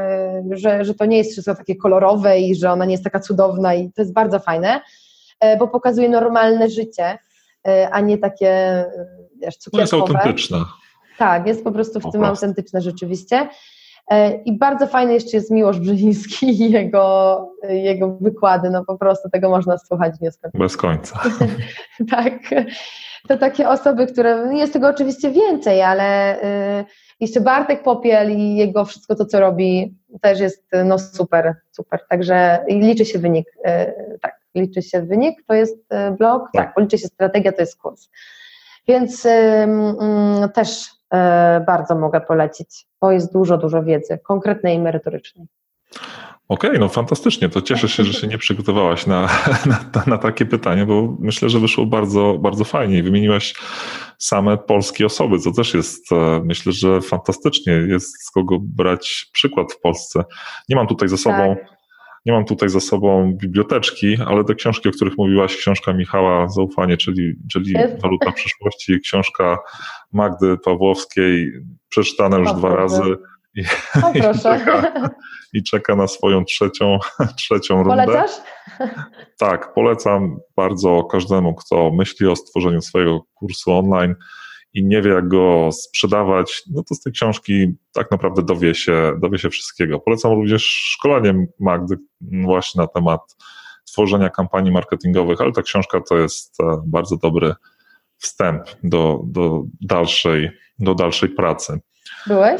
że, że to nie jest wszystko takie kolorowe i że ona nie jest taka cudowna i to jest bardzo fajne, bo pokazuje normalne życie, a nie takie, wiesz, cukierkowe. No jest autentyczne. Tak, jest po prostu w po tym prostu. autentyczne rzeczywiście. I bardzo fajny jeszcze jest Miłosz Brzeziński i jego, jego wykłady, no po prostu tego można słuchać nieskończenie. Bez końca. Tak, to takie osoby, które, jest tego oczywiście więcej, ale y, jeszcze Bartek Popiel i jego wszystko to, co robi, też jest no super, super, także liczy się wynik, y, tak, liczy się wynik, to jest y, blog, tak, tak liczy się strategia, to jest kurs, więc y, y, też y, bardzo mogę polecić, bo jest dużo, dużo wiedzy, konkretnej i merytorycznej. Okej, okay, no fantastycznie, to cieszę się, że się nie przygotowałaś na, na, na takie pytanie, bo myślę, że wyszło bardzo, bardzo fajnie i wymieniłaś same polskie osoby, co też jest, myślę, że fantastycznie, jest z kogo brać przykład w Polsce. Nie mam tutaj za sobą, tak. nie mam tutaj za sobą biblioteczki, ale te książki, o których mówiłaś, książka Michała Zaufanie, czyli, czyli Waluta przyszłości, książka Magdy Pawłowskiej, przeczytane już o, dwa razy. I, o, i, czeka, I czeka na swoją trzecią, trzecią rundę. Polecasz? Tak, polecam bardzo każdemu, kto myśli o stworzeniu swojego kursu online i nie wie, jak go sprzedawać, no to z tej książki tak naprawdę dowie się, dowie się wszystkiego. Polecam również szkolenie Magdy właśnie na temat tworzenia kampanii marketingowych, ale ta książka to jest bardzo dobry wstęp do, do, dalszej, do dalszej pracy. Byłeś?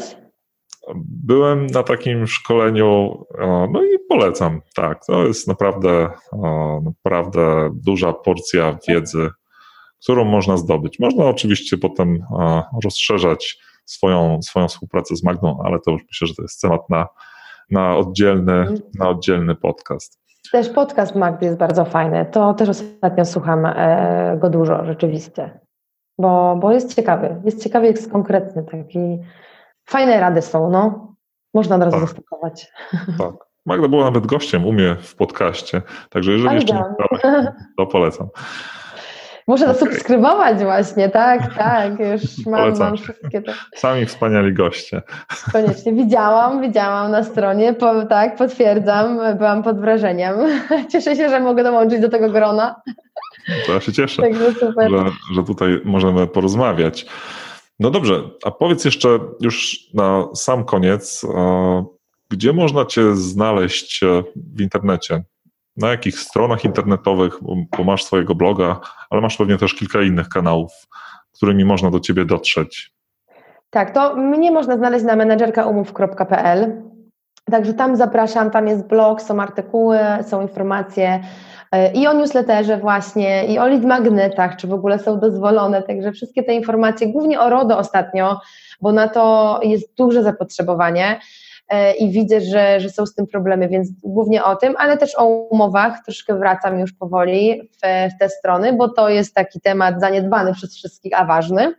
Byłem na takim szkoleniu, no i polecam, tak, to jest naprawdę, naprawdę duża porcja wiedzy, którą można zdobyć. Można oczywiście potem rozszerzać swoją, swoją współpracę z Magdą, ale to już myślę, że to jest temat na, na, oddzielny, na oddzielny podcast. Też podcast Magdy jest bardzo fajny, to też ostatnio słucham go dużo rzeczywiście, bo, bo jest ciekawy, jest ciekawy, jest konkretny, taki fajne rady są, no. Można od razu tak. zastosować. Tak. Magda była nawet gościem u mnie w podcaście, także jeżeli jeszcze nie czytałeś, to polecam. Muszę to okay. subskrybować właśnie, tak, tak, już mam, mam wszystkie te... Sami wspaniali goście. Koniecznie, widziałam, widziałam na stronie, po, tak, potwierdzam, byłam pod wrażeniem. Cieszę się, że mogę dołączyć do tego grona. To ja się cieszę, Także super. Że, że tutaj możemy porozmawiać. No dobrze, a powiedz jeszcze już na sam koniec, gdzie można Cię znaleźć w internecie? Na jakich stronach internetowych, bo masz swojego bloga, ale masz pewnie też kilka innych kanałów, którymi można do Ciebie dotrzeć. Tak, to mnie można znaleźć na menedżerka umów kropka pe el, także tam zapraszam, tam jest blog, są artykuły, są informacje i o newsletterze właśnie, i o lead magnetach, czy w ogóle są dozwolone, także wszystkie te informacje, głównie o RODO ostatnio, bo na to jest duże zapotrzebowanie i widzę, że, że są z tym problemy, więc głównie o tym, ale też o umowach, troszkę wracam już powoli w, w te strony, bo to jest taki temat zaniedbany przez wszystkich, a ważny.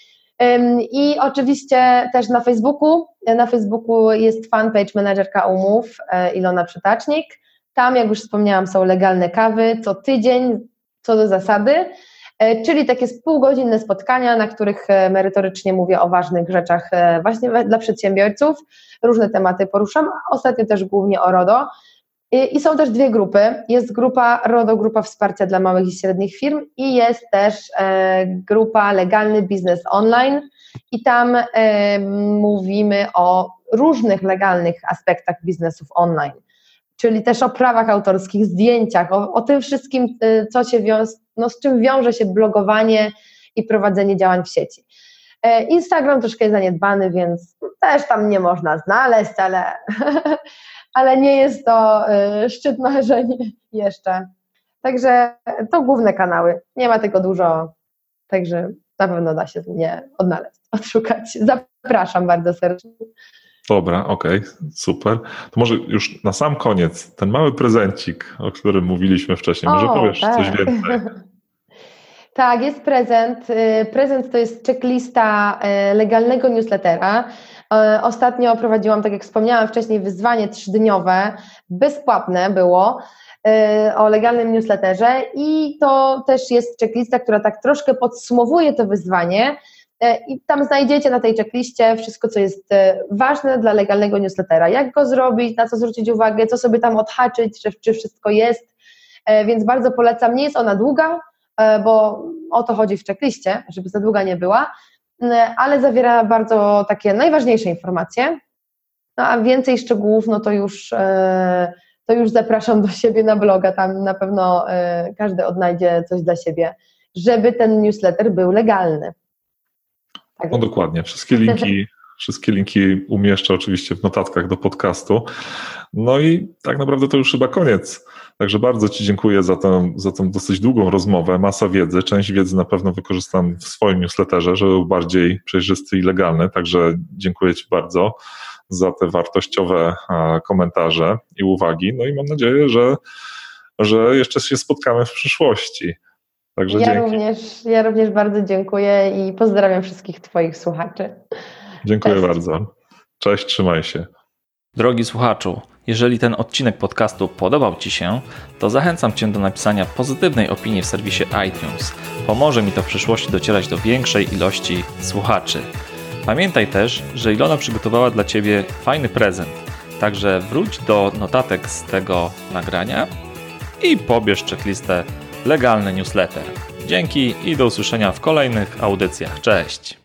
I oczywiście też na Facebooku, na Facebooku jest fanpage Menedżerka Umów, Ilona Przytacznik. Tam, jak już wspomniałam, są legalne kawy co tydzień, co do zasady, czyli takie półgodzinne spotkania, na których merytorycznie mówię o ważnych rzeczach właśnie dla przedsiębiorców. Różne tematy poruszam, ostatnio też głównie o RODO. I są też dwie grupy. Jest grupa RODO, grupa wsparcia dla małych i średnich firm i jest też grupa Legalny Biznes Online i tam mówimy o różnych legalnych aspektach biznesów online. Czyli też o prawach autorskich, zdjęciach, o, o tym wszystkim, co się wią- no, z czym wiąże się blogowanie i prowadzenie działań w sieci. Instagram troszkę jest zaniedbany, więc też tam nie można znaleźć, ale, ale nie jest to szczyt marzeń jeszcze. Także to główne kanały, nie ma tego dużo, także na pewno da się mnie odnaleźć, odszukać. Zapraszam bardzo serdecznie. Dobra, okej, okay, super. To może już na sam koniec ten mały prezencik, o którym mówiliśmy wcześniej. Może o, powiesz tak. coś więcej? Tak, jest prezent. Prezent to jest checklista legalnego newslettera. Ostatnio prowadziłam, tak jak wspomniałam wcześniej, wyzwanie trzydniowe, bezpłatne było, o legalnym newsletterze i to też jest checklista, która tak troszkę podsumowuje to wyzwanie i tam znajdziecie na tej checkliście wszystko, co jest ważne dla legalnego newslettera, jak go zrobić, na co zwrócić uwagę, co sobie tam odhaczyć, czy, czy wszystko jest, więc bardzo polecam. Nie jest ona długa, bo o to chodzi w checkliście, żeby za długa nie była, ale zawiera bardzo takie najważniejsze informacje, no a więcej szczegółów, no to już, to już zapraszam do siebie na bloga, tam na pewno każdy odnajdzie coś dla siebie, żeby ten newsletter był legalny. Tak no jest. Dokładnie, wszystkie linki, wszystkie linki umieszczę oczywiście w notatkach do podcastu, no i tak naprawdę to już chyba koniec. Także bardzo Ci dziękuję za tę, za tę dosyć długą rozmowę, masa wiedzy, część wiedzy na pewno wykorzystam w swoim newsletterze, żeby był bardziej przejrzysty i legalny, także dziękuję Ci bardzo za te wartościowe komentarze i uwagi, no i mam nadzieję, że, że jeszcze się spotkamy w przyszłości. Także ja, dzięki. Również, ja również bardzo dziękuję i pozdrawiam wszystkich Twoich słuchaczy. Dziękuję Cześć. bardzo. Cześć, trzymaj się. Drogi słuchaczu, jeżeli ten odcinek podcastu podobał Ci się, to zachęcam Cię do napisania pozytywnej opinii w serwisie iTunes. Pomoże mi to w przyszłości docierać do większej ilości słuchaczy. Pamiętaj też, że Ilona przygotowała dla Ciebie fajny prezent, także wróć do notatek z tego nagrania i pobierz checklistę Legalny Newsletter. Dzięki i do usłyszenia w kolejnych audycjach. Cześć!